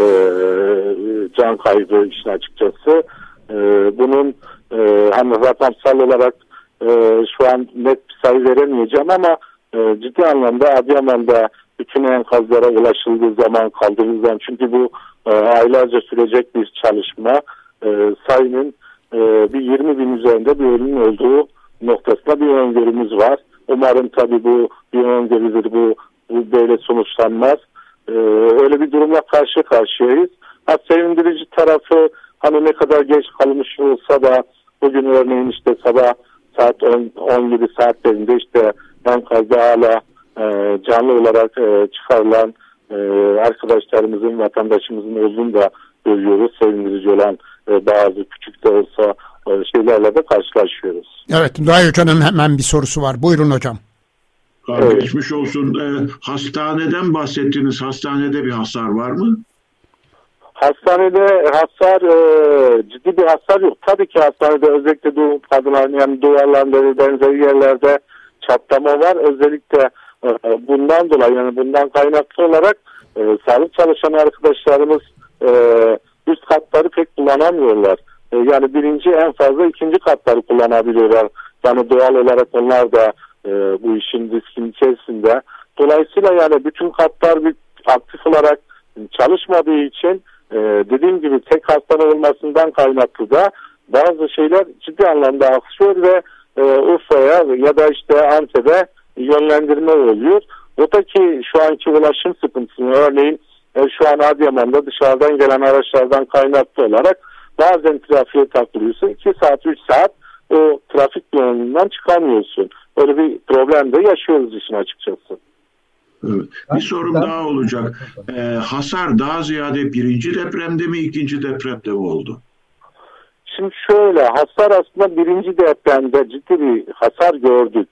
S6: Can kaybı işin açıkçası. Bunun hani rakamsal olarak şu an net bir sayı veremeyeceğim ama ciddi anlamda Adıyaman'da bütün enkazlara ulaşıldığı zaman, kaldırıldığı zaman, çünkü bu aylarca sürecek bir çalışma, sayının bir 20 bin üzerinde bir ölümün olduğu noktasında bir öngörümüz var. Umarım tabii bu bir öngörüdür, bu böyle sonuçlanmaz. Öyle bir durumla karşı karşıyayız. Sevindirici tarafı hani ne kadar geç kalmış olsa da bugün örneğin işte sabah saat 17 saatlerinde işte enkazda hala canlı olarak çıkarılan arkadaşlarımızın, vatandaşımızın olduğunu da görüyoruz. Sevindirici olan bazı küçük de olsa şeylerle de karşılaşıyoruz.
S2: Evet, Nuray Hoca'nın hemen bir sorusu var. Buyurun hocam.
S5: Evet. Geçmiş olsun. Hastaneden bahsettiniz. Hastanede bir hasar var mı?
S6: Hastanede hasar, ciddi bir hasar yok. Tabii ki hastanede özellikle doğum kadınların, yani duvarlarında ve benzeri yerlerde çatlama var. Özellikle bundan dolayı, yani bundan kaynaklı olarak sağlık çalışan arkadaşlarımız üst katları pek kullanamıyorlar. Yani birinci, en fazla ikinci katları kullanabiliyorlar. Yani doğal olarak onlar da bu işin riskin içerisinde. Dolayısıyla yani bütün katlar bir aktif olarak çalışmadığı için dediğim gibi tek hastane olmasından kaynaklı da bazı şeyler ciddi anlamda aksıyor ve Urfa'ya ya da işte Antep'e yönlendirme oluyor. O da ki şu anki ulaşım sıkıntısını, örneğin şu an Adıyaman'da dışarıdan gelen araçlardan kaynaklı olarak bazen trafiğe takılıyorsun. 2 saat 3 saat o trafik yoğunluğundan çıkamıyorsun. Böyle bir problem de yaşıyoruz işin açıkçası.
S5: Evet. Bir sorum daha olacak. Hasar daha ziyade birinci depremde mi, ikinci depremde mi oldu?
S6: Şimdi şöyle, hasar aslında birinci depremde ciddi bir hasar gördük.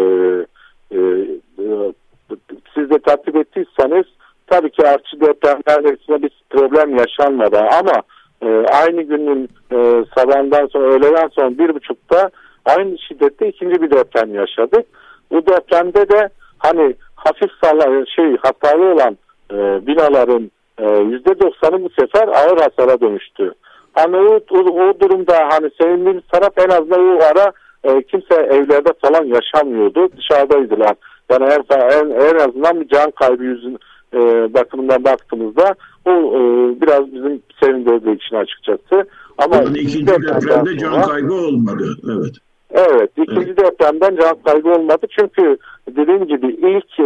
S6: Siz de takip ettiyseniz tabii ki artçı depremlerde bir problem yaşanmadı ama aynı günün sabahından sonra, öğleden sonra 1.30'da aynı şiddette ikinci bir deprem yaşadık. Bu depremde de hani hafif hatalı olan binaların %90'ı bu sefer ağır hasara dönüştü. Hani o durumda hani sevindiğimiz taraf en azından o ara kimse evlerde falan yaşamıyordu. Dışarıdaydılar. Yani en azından bir can kaybı bakımından baktığımızda o biraz bizim sevindirdiği için açıkçası. Ama
S5: yani ikinci depremde can kaybı olmadı. Evet.
S6: Evet, ikinci depremden can kaybı olmadı çünkü dediğim gibi ilk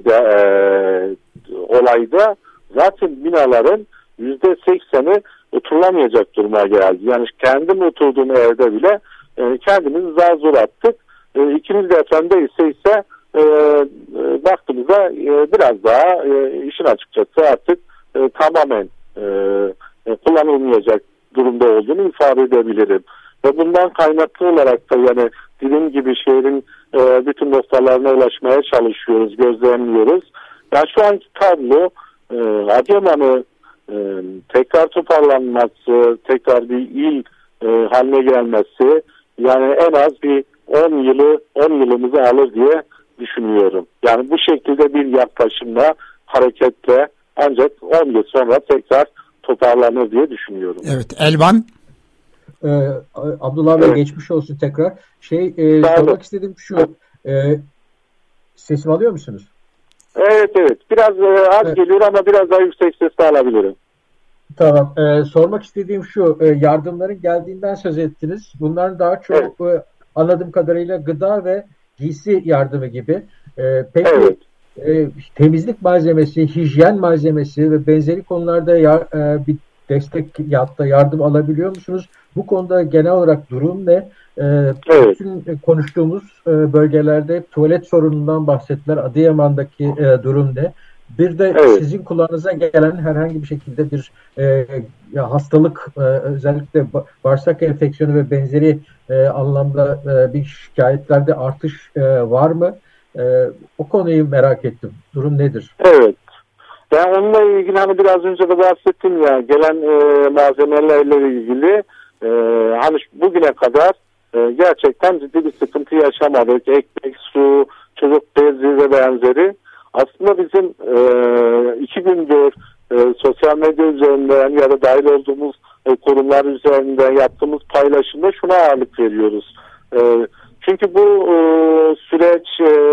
S6: olayda zaten binaların %80'i oturulamayacak duruma geldi. Yani kendim oturduğum evde bile kendimizi zar zor attık. İkinci depremde ise baktığımızda biraz daha işin açıkçası artık tamamen kullanılmayacak durumda olduğunu ifade edebilirim. Ve bundan kaynaklı olarak da yani dediğim gibi şehrin bütün noktalarına ulaşmaya çalışıyoruz, gözlemliyoruz. Yani şu anki tablo Adıyaman'ı tekrar toparlanması, tekrar bir il haline gelmesi yani en az bir 10 yılımızı alır diye düşünüyorum. Yani bu şekilde bir yaklaşımla, hareketle ancak 10 yıl sonra tekrar toparlanır diye düşünüyorum.
S2: Evet, Elvan.
S4: Abdullah Bey geçmiş olsun tekrar. Sormak istediğim şu. Sesimi alıyor musunuz?
S6: Evet. Biraz az geliyor ama biraz daha yüksek sesle alabilirim.
S4: Tamam. Sormak istediğim şu. Yardımların geldiğinden söz ettiniz. Bunların daha çok anladığım kadarıyla gıda ve giysi yardımı gibi. Peki temizlik malzemesi, hijyen malzemesi ve benzeri konularda bir destek yardım alabiliyor musunuz? Bu konuda genel olarak durum ne? Bütün konuştuğumuz bölgelerde tuvalet sorunundan bahsettiler. Adıyaman'daki durum ne? Bir de sizin kulağınıza gelen herhangi bir şekilde bir hastalık, özellikle bağırsak enfeksiyonu ve benzeri anlamda bir şikayetlerde artış var mı? O konuyu merak ettim. Durum nedir?
S6: Evet. Ben onunla ilgili hani biraz önce de bahsettim ya, gelen malzemelerle ilgili hani bugüne kadar gerçekten ciddi bir sıkıntı yaşamadık. Ekmek, su, çocuk bezi ve benzeri. Aslında bizim 2 gündür sosyal medya üzerinden ya da dahil olduğumuz kurumlar üzerinden yaptığımız paylaşımda şuna ağırlık veriyoruz. Çünkü bu süreç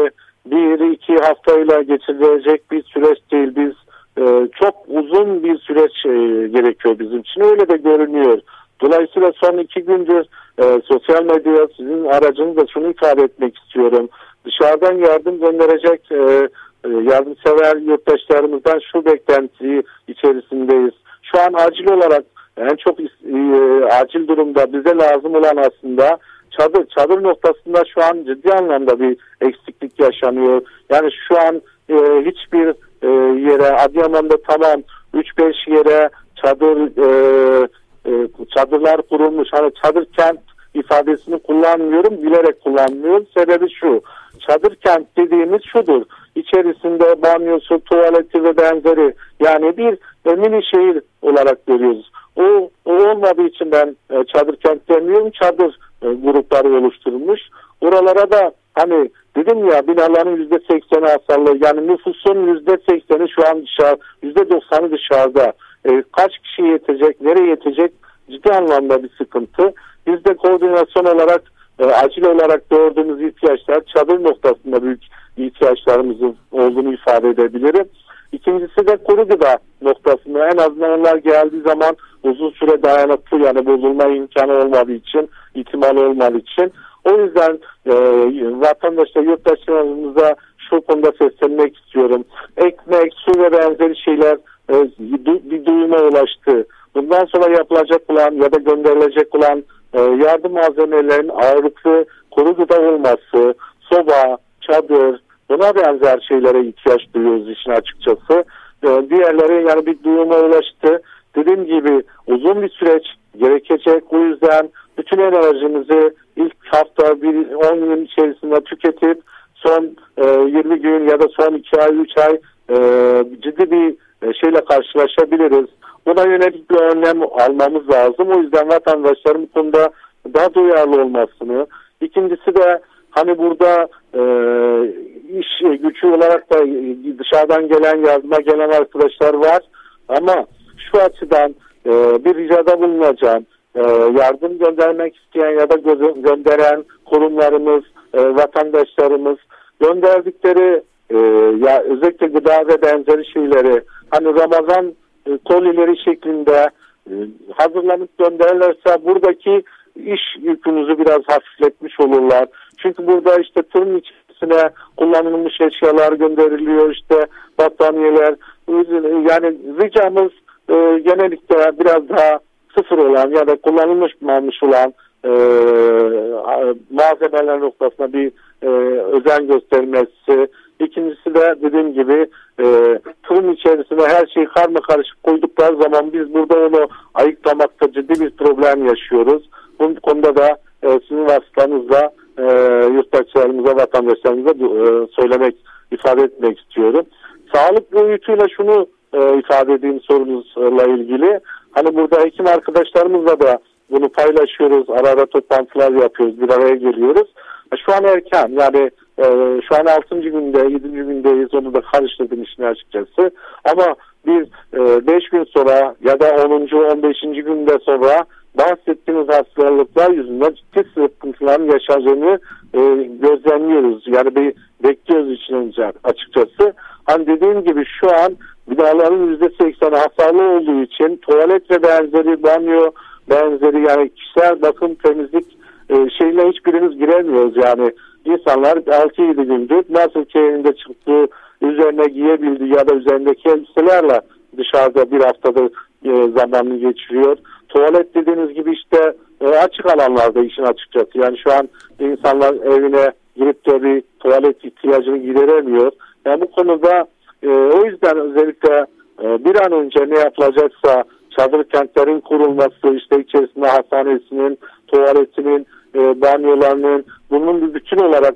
S6: 1-2 haftayla geçirilecek bir süreç değil. Biz çok uzun bir süreç gerekiyor bizim için. Öyle de görünüyor. Dolayısıyla son 2 gündür sosyal medya sizin aracınızla şunu ifade etmek istiyorum. Dışarıdan yardım gönderecek yardımsever yurttaşlarımızdan şu beklenti içerisindeyiz. Şu an acil olarak en çok acil durumda bize lazım olan aslında çadır noktasında şu an ciddi anlamda bir eksiklik yaşanıyor. Yani şu an hiçbir yere, Adıyaman'da tamam 3-5 yere çadırlar kurulmuş. Hani çadır kent ifadesini kullanmıyorum, bilerek kullanmıyorum. Sebebi şu, çadır kent dediğimiz şudur. İçerisinde banyosu, tuvaleti ve benzeri, yani bir mini şehir olarak görüyoruz. O olmadığı için ben çadır kent demiyorum, çadır grupları oluşturulmuş. Oralara da hani dedim ya, binaların %80'i hasarlı, yani nüfusun %80'i şu an dışarı, %90'ı dışarıda. Kaç kişi yetecek, nereye yetecek, ciddi anlamda bir sıkıntı. Biz de koordinasyon olarak acil olarak gördüğümüz ihtiyaçlar, çadır noktasında büyük ihtiyaçlarımızın olduğunu ifade edebilirim. İkincisi de kuru gıda noktasında, en azından onlar geldiği zaman uzun süre dayanıklı, yani bozulma imkanı olmadığı için, ihtimali olmadığı için. O yüzden vatandaşlar, yurttaşlarımıza şu konuda seslenmek istiyorum. Ekmek, su ve benzeri şeyler bir duyuma ulaştı. Bundan sonra yapılacak olan ya da gönderilecek olan yardım malzemelerinin ağırlıklı kuru gıda olması, soba, çadır, buna benzer şeylere ihtiyaç duyuyoruz işin açıkçası. Diğerleri yani bir duyuma ulaştı. Dediğim gibi uzun bir süreç gerekecek. O yüzden bütün enerjimizi ilk hafta 10 gün içerisinde tüketip son 20 gün ya da son 2 ay 3 ay ciddi bir şeyle karşılaşabiliriz. Buna yönelik bir önlem almamız lazım. O yüzden vatandaşların bu konuda daha duyarlı olmasını. İkincisi de hani burada iş gücü olarak da dışarıdan gelen, yardıma gelen arkadaşlar var. Ama şu açıdan bir ricada bulunacağım. Yardım göndermek isteyen ya da gönderen kurumlarımız, vatandaşlarımız gönderdikleri ya özellikle gıda ve benzeri şeyleri hani Ramazan kolileri şeklinde hazırlanıp gönderirlerse buradaki iş yükünüzü biraz hafifletmiş olurlar. Çünkü burada işte tırın içerisine kullanılmış eşyalar gönderiliyor, işte battaniyeler. Yani ricamız genellikle biraz daha sıfır olan ya da kullanılmış olan malzemeler noktasına bir özen gösterilmesi. İkincisi de dediğim gibi tırın içerisine her şeyi karmakarışık koydukları zaman biz burada onu ayıklamakta ciddi bir problem yaşıyoruz. Bu konuda da sizin vasıtanızla yurttaşlarımıza, vatandaşlarımıza ifade etmek istiyorum. Sağlık boyutuyla şunu ifade edeyim sorunuzla ilgili. Hani burada hekim arkadaşlarımızla da bunu paylaşıyoruz. Ara ara toplantılar yapıyoruz. Bir araya geliyoruz. Şu an erken. Yani şu an 6. günde, 7. gündeyiz. Onu da karıştırdım işin açıkçası. Ama bir 5 gün sonra ya da 10. 15. günde sonra bahsettiğimiz hastalıklar yüzünden ciddi sıkıntıların yaşanacağını gözlemliyoruz. Yani bekliyoruz için açıkçası. Hani dediğim gibi şu an binaların %80'i hasarlı olduğu için tuvalet ve benzeri, banyo benzeri yani kişisel bakım, temizlik şeyle hiçbirimiz giremiyoruz. Yani insanlar 6-7 gündür nasıl ki elinde çıktığı üzerine giyebildiği ya da üzerindeki elbiselerle dışarıda bir haftadır zamanını geçiriyor. Tuvalet dediğiniz gibi işte açık alanlarda işin açıkçası. Yani şu an insanlar evine girip de bir tuvalet ihtiyacını gideremiyor. Yani bu konuda o yüzden özellikle bir an önce ne yapılacaksa çadır kentlerin kurulması, işte içerisinde hastanesinin, tuvaletinin, banyolarının, bunun bir bütün olarak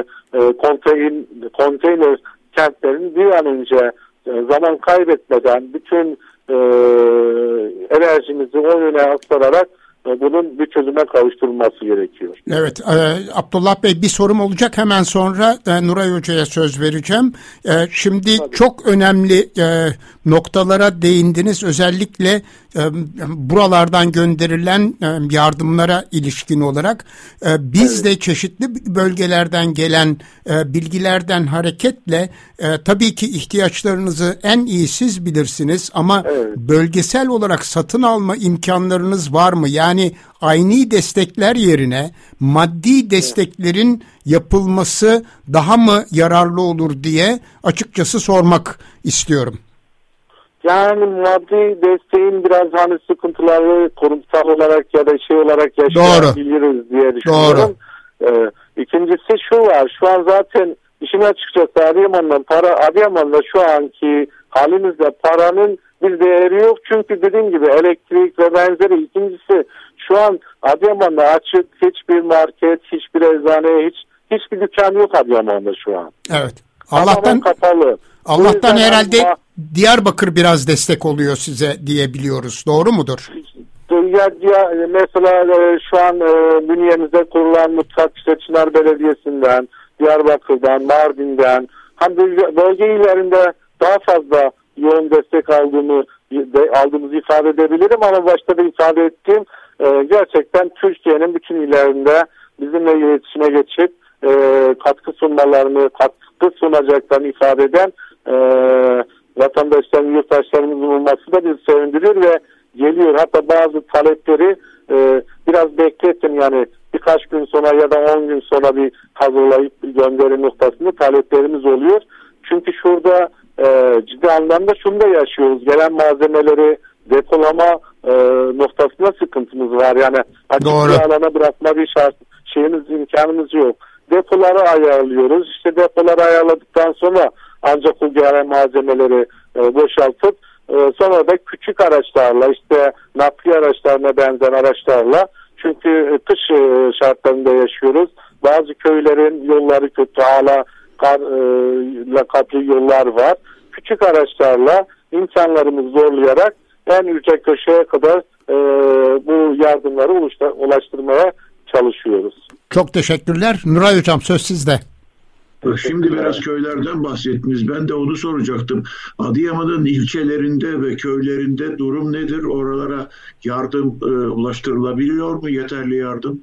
S6: konteyner kentlerin bir an önce zaman kaybetmeden bütün enerjimizi o yöne aktararak bunun bir çözüme kavuşturulması gerekiyor.
S2: Evet, Abdullah Bey bir sorum olacak, hemen sonra Nuray Hoca'ya söz vereceğim. Şimdi tabii, çok önemli noktalara değindiniz. Özellikle buralardan gönderilen yardımlara ilişkin olarak biz de çeşitli bölgelerden gelen bilgilerden hareketle tabii ki ihtiyaçlarınızı en iyi siz bilirsiniz ama bölgesel olarak satın alma imkanlarınız var mı? Yani ayni destekler yerine maddi desteklerin yapılması daha mı yararlı olur diye açıkçası sormak istiyorum.
S6: Yani maddi desteğin biraz hani sıkıntıları kurumsal olarak ya da şey olarak yaşayabiliriz diye düşünüyorum. İkincisi şu var. Şu an zaten işin açıkçası Adıyaman'da şu anki halimizde paranın bir değeri yok. Çünkü dediğim gibi elektrik ve benzeri. İkincisi şu an Adıyaman'da açık hiçbir market, hiçbir eczane, hiçbir dükkan yok Adıyaman'da şu an.
S2: Evet. Allah'tan
S6: kapalı.
S2: Allah'tan herhalde Diyarbakır biraz destek oluyor size diyebiliyoruz. Doğru mudur?
S6: Ya mesela şu an bünyemizde kurulan mutfak işte Çınar Belediyesi'nden, Diyarbakır'dan, Mardin'den hem bölge illerinde daha fazla yoğun destek aldığımızı ifade edebilirim ama başta da ifade ettiğim gerçekten Türkiye'nin bütün illerinde bizimle iletişime geçip katkı sunacaklarını ifade eden vatandaşların, yurttaşlarımızın olması da bizi sevindiriyor ve geliyor. Hatta bazı talepleri biraz bekletin, yani birkaç gün sonra ya da 10 gün sonra bir hazırlayıp gönderi noktasında taleplerimiz oluyor. Çünkü şurada ciddi anlamda şunu da yaşıyoruz. Gelen malzemeleri depolama noktasında sıkıntımız var. Yani açık bir alana bırakma bir imkanımız yok. Depoları ayarlıyoruz. İşte depoları ayarladıktan sonra ancak bu gelen malzemeleri boşaltıp sonra da küçük araçlarla, işte nakliye araçlarına benzer araçlarla, çünkü kış şartlarında yaşıyoruz. Bazı köylerin yolları kötü, hala karla kaplı yollar var. Küçük araçlarla imkanlarımızı zorlayarak en ücra köşeye kadar bu yardımları ulaştırmaya çalışıyoruz.
S2: Çok teşekkürler. Nuray Hocam, söz sizde.
S5: Şimdi biraz köylerden bahsettiniz. Ben de onu soracaktım. Adıyaman'ın ilçelerinde ve köylerinde durum nedir? Oralara yardım ulaştırılabiliyor mu? Yeterli yardım?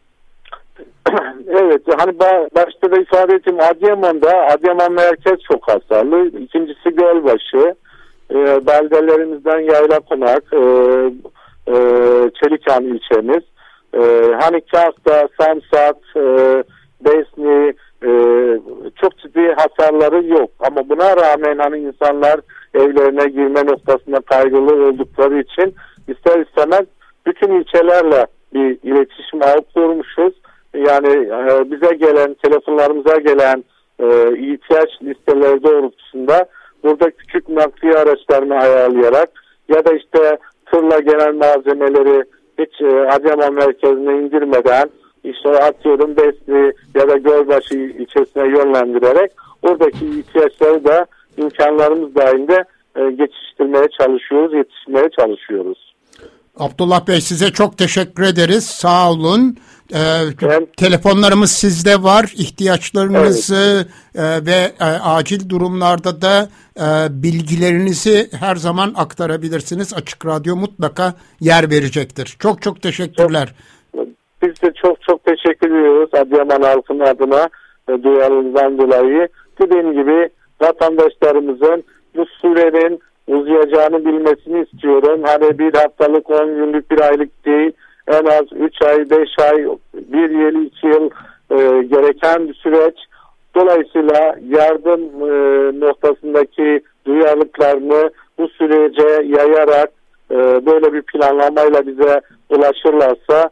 S6: Evet, hani başta da ifade ettim, Adıyaman merkez çok hasarlı. İkincisi Gölbaşı, beldelerimizden Yaylakonak, Çelikan ilçemiz. Hani Kahta, Samsat, Besni, çok ciddi hasarları yok. Ama buna rağmen hani insanlar evlerine girme noktasında kaygılı oldukları için ister istemez bütün ilçelerle bir iletişim ağı kurmuşuz. Yani bize gelen, telefonlarımıza gelen ihtiyaç listeleri doğrultusunda burada küçük nakliye araçlarını ayarlayarak ya da işte tırla gelen malzemeleri hiç Adıyaman merkezine indirmeden, işte atıyorum Besni ya da Gölbaşı ilçesine yönlendirerek oradaki ihtiyaçları da imkanlarımız dahilinde yetişmeye çalışıyoruz.
S2: Abdullah Bey, size çok teşekkür ederiz. Sağ olun. Telefonlarımız sizde var. İhtiyaçlarınızı ve acil durumlarda da bilgilerinizi her zaman aktarabilirsiniz. Açık Radyo mutlaka yer verecektir. Çok çok teşekkürler.
S6: Biz de çok teşekkür ediyoruz Adıyaman halkının adına duyarlılığından dolayı. Dediğim gibi vatandaşlarımızın bu sürenin uzayacağını bilmesini istiyorum. Hani bir haftalık, 10 günlük, bir aylık değil, en az 3 ay, 5 ay, 1 yıl, 2 yıl gereken bir süreç. Dolayısıyla yardım noktasındaki duyarlılıklarını bu sürece yayarak böyle bir planlamayla bize ulaşırlarsa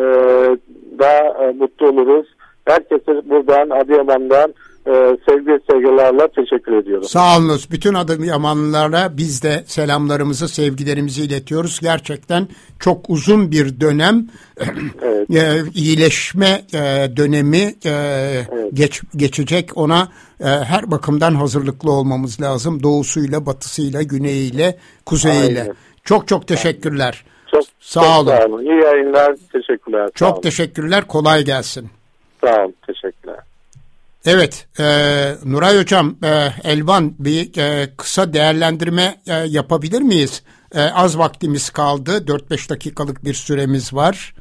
S6: daha mutlu oluruz. Herkese buradan, Adıyaman'dan sevgi sevgilerle teşekkür ediyorum.
S2: Sağ olunuz. Bütün Adıyamanlılara biz de selamlarımızı, sevgilerimizi iletiyoruz. Gerçekten çok uzun bir dönem. Evet. İyileşme dönemi geçecek. Ona her bakımdan hazırlıklı olmamız lazım. Doğusuyla, batısıyla, güneyiyle, kuzeyiyle. Aynen. Çok teşekkürler. Sağ olun.
S6: Sağ olun. İyi yayınlar. Teşekkürler.
S2: Çok teşekkürler. Kolay gelsin.
S6: Sağ olun. Teşekkürler.
S2: Evet, Nuray Hocam, Elvan bir kısa değerlendirme yapabilir miyiz? Az vaktimiz kaldı, 4-5 dakikalık bir süremiz var.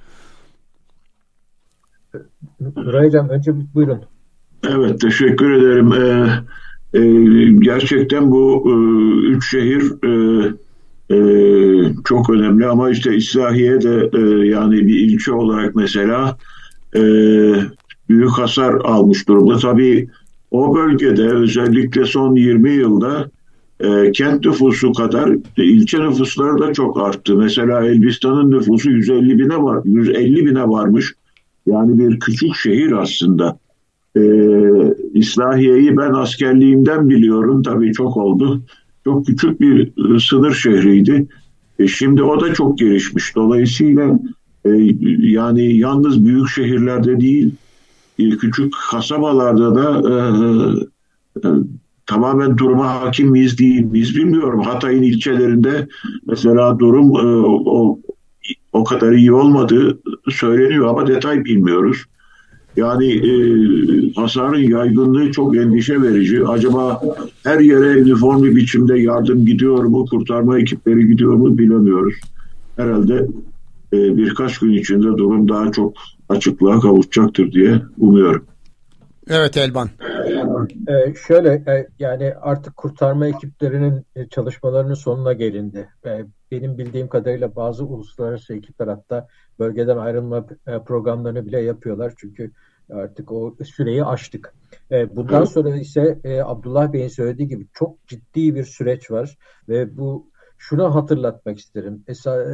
S4: Nuray Hocam, önce buyurun.
S5: Evet, teşekkür ederim. Gerçekten bu 3 şehir çok önemli ama işte İslahiye de yani bir ilçe olarak mesela büyük hasar almış durumda. Tabii o bölgede özellikle son 20 yılda kent nüfusu kadar ilçe nüfusları da çok arttı. Mesela Elbistan'ın nüfusu 150 bine varmış. Yani bir küçük şehir aslında. İslahiye'yi ben askerliğimden biliyorum. Tabii çok oldu. Çok küçük bir sınır şehriydi. Şimdi o da çok gelişmiş. Dolayısıyla yani yalnız büyük şehirlerde değil, küçük kasabalarda da tamamen duruma hakim miyiz değil miyiz bilmiyorum. Hatay'ın ilçelerinde mesela durum o kadar iyi olmadığı söyleniyor ama detay bilmiyoruz. Yani hasarın yaygınlığı çok endişe verici. Acaba her yere üniform bir biçimde yardım gidiyor mu, kurtarma ekipleri gidiyor mu bilemiyoruz. Herhalde birkaç gün içinde durum daha çok açıklığa kavuşacaktır diye umuyorum.
S2: Evet Elvan.
S4: Yani artık kurtarma ekiplerinin çalışmalarının sonuna gelindi. Benim bildiğim kadarıyla bazı uluslararası ekipler hatta bölgeden ayrılma programlarını bile yapıyorlar. Çünkü artık o süreyi aştık. Bundan sonra ise Abdullah Bey'in söylediği gibi çok ciddi bir süreç var ve şunu hatırlatmak isterim.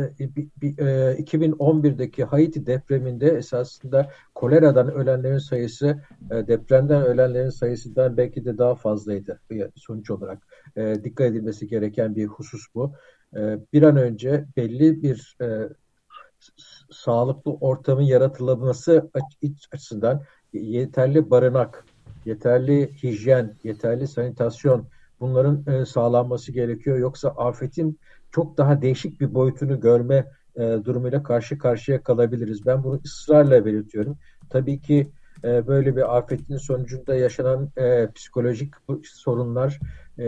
S4: 2011'deki Haiti depreminde esasında koleradan ölenlerin sayısı depremden ölenlerin sayısından belki de daha fazlaydı sonuç olarak. Dikkat edilmesi gereken bir husus bu. Bir an önce belli bir sağlıklı ortamın yaratılması açısından yeterli barınak, yeterli hijyen, yeterli sanitasyon bunların sağlanması gerekiyor. Yoksa afetin çok daha değişik bir boyutunu görme durumuyla karşı karşıya kalabiliriz. Ben bunu ısrarla belirtiyorum. Tabii ki böyle bir afetin sonucunda yaşanan psikolojik sorunlar,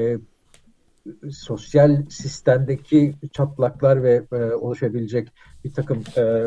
S4: sosyal sistemdeki çatlaklar ve oluşabilecek bir takım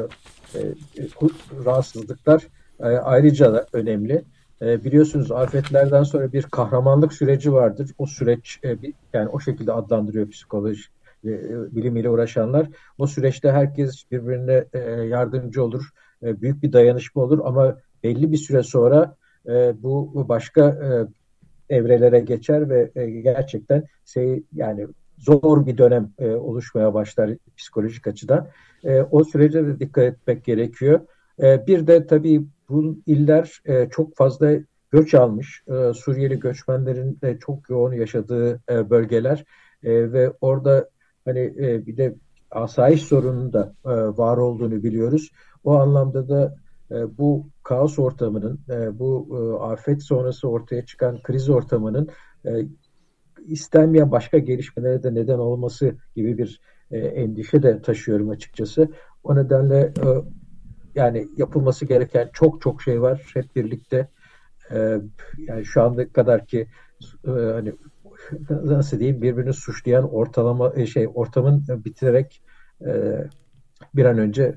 S4: rahatsızlıklar ayrıca da önemli. Biliyorsunuz afetlerden sonra bir kahramanlık süreci vardır. O süreç yani o şekilde adlandırıyor psikoloji bilimiyle uğraşanlar. O süreçte herkes birbirine yardımcı olur. Büyük bir dayanışma olur ama belli bir süre sonra bu başka evrelere geçer ve gerçekten yani zor bir dönem oluşmaya başlar psikolojik açıdan. O sürece de dikkat etmek gerekiyor. Bir de tabii bu iller çok fazla göç almış. Suriyeli göçmenlerin de çok yoğun yaşadığı bölgeler ve orada hani bir de asayiş sorunun da var olduğunu biliyoruz. O anlamda da bu kaos ortamının, bu afet sonrası ortaya çıkan kriz ortamının istenmeyen başka gelişmelere de neden olması gibi bir endişe de taşıyorum açıkçası. O nedenle yani yapılması gereken çok şey var hep birlikte. Yani şu anda kadar ki hani nasıl diyeyim birbirini suçlayan ortamın bitirerek bir an önce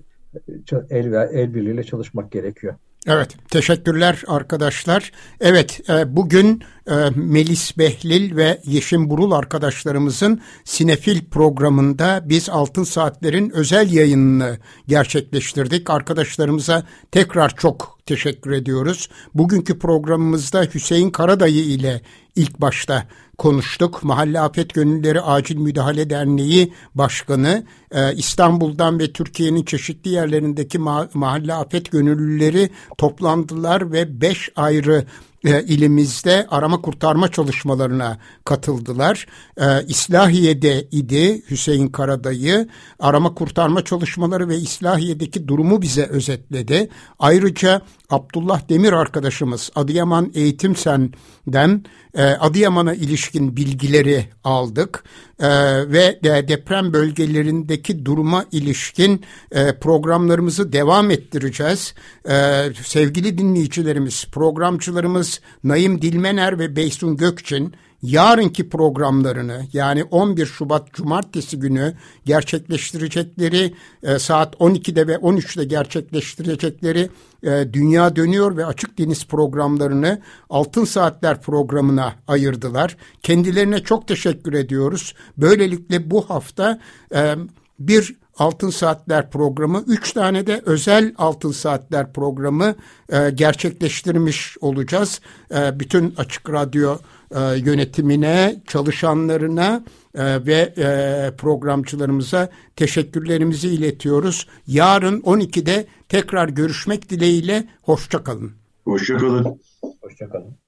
S4: el birliğiyle çalışmak gerekiyor.
S2: Evet, teşekkürler arkadaşlar. Evet, bugün Melis Behlil ve Yeşim Burul arkadaşlarımızın Sinefil programında biz Altın Saatler'in özel yayınını gerçekleştirdik. Arkadaşlarımıza tekrar çok teşekkür ediyoruz. Bugünkü programımızda Hüseyin Karadayı ile ilk başta konuştuk. Mahalle Afet Gönüllüleri Acil Müdahale Derneği Başkanı, İstanbul'dan ve Türkiye'nin çeşitli yerlerindeki mahalle afet gönüllüleri toplandılar ve 5 ayrı ilimizde arama kurtarma çalışmalarına katıldılar. İslahiye'de idi Hüseyin Karadayı. Arama kurtarma çalışmaları ve İslahiye'deki durumu bize özetledi. Ayrıca Abdullah Demir arkadaşımız Adıyaman Eğitim Sen'den Adıyaman'a ilişkin bilgileri aldık ve deprem bölgelerindeki duruma ilişkin programlarımızı devam ettireceğiz. Sevgili dinleyicilerimiz, programcılarımız Naim Dilmener ve Beysun Gökçin yarınki programlarını yani 11 Şubat Cumartesi günü gerçekleştirecekleri saat 12'de ve 13'te gerçekleştirecekleri Dünya Dönüyor ve Açık Deniz programlarını Altın Saatler programına ayırdılar. Kendilerine çok teşekkür ediyoruz. Böylelikle bu hafta bir Altın Saatler programı, 3 tane de özel Altın Saatler programı gerçekleştirmiş olacağız. Bütün Açık Radyo yönetimine, çalışanlarına ve programcılarımıza teşekkürlerimizi iletiyoruz. Yarın 12'de tekrar görüşmek dileğiyle. Hoşça kalın.
S5: Hoşça kalın.
S4: Hoşça kalın.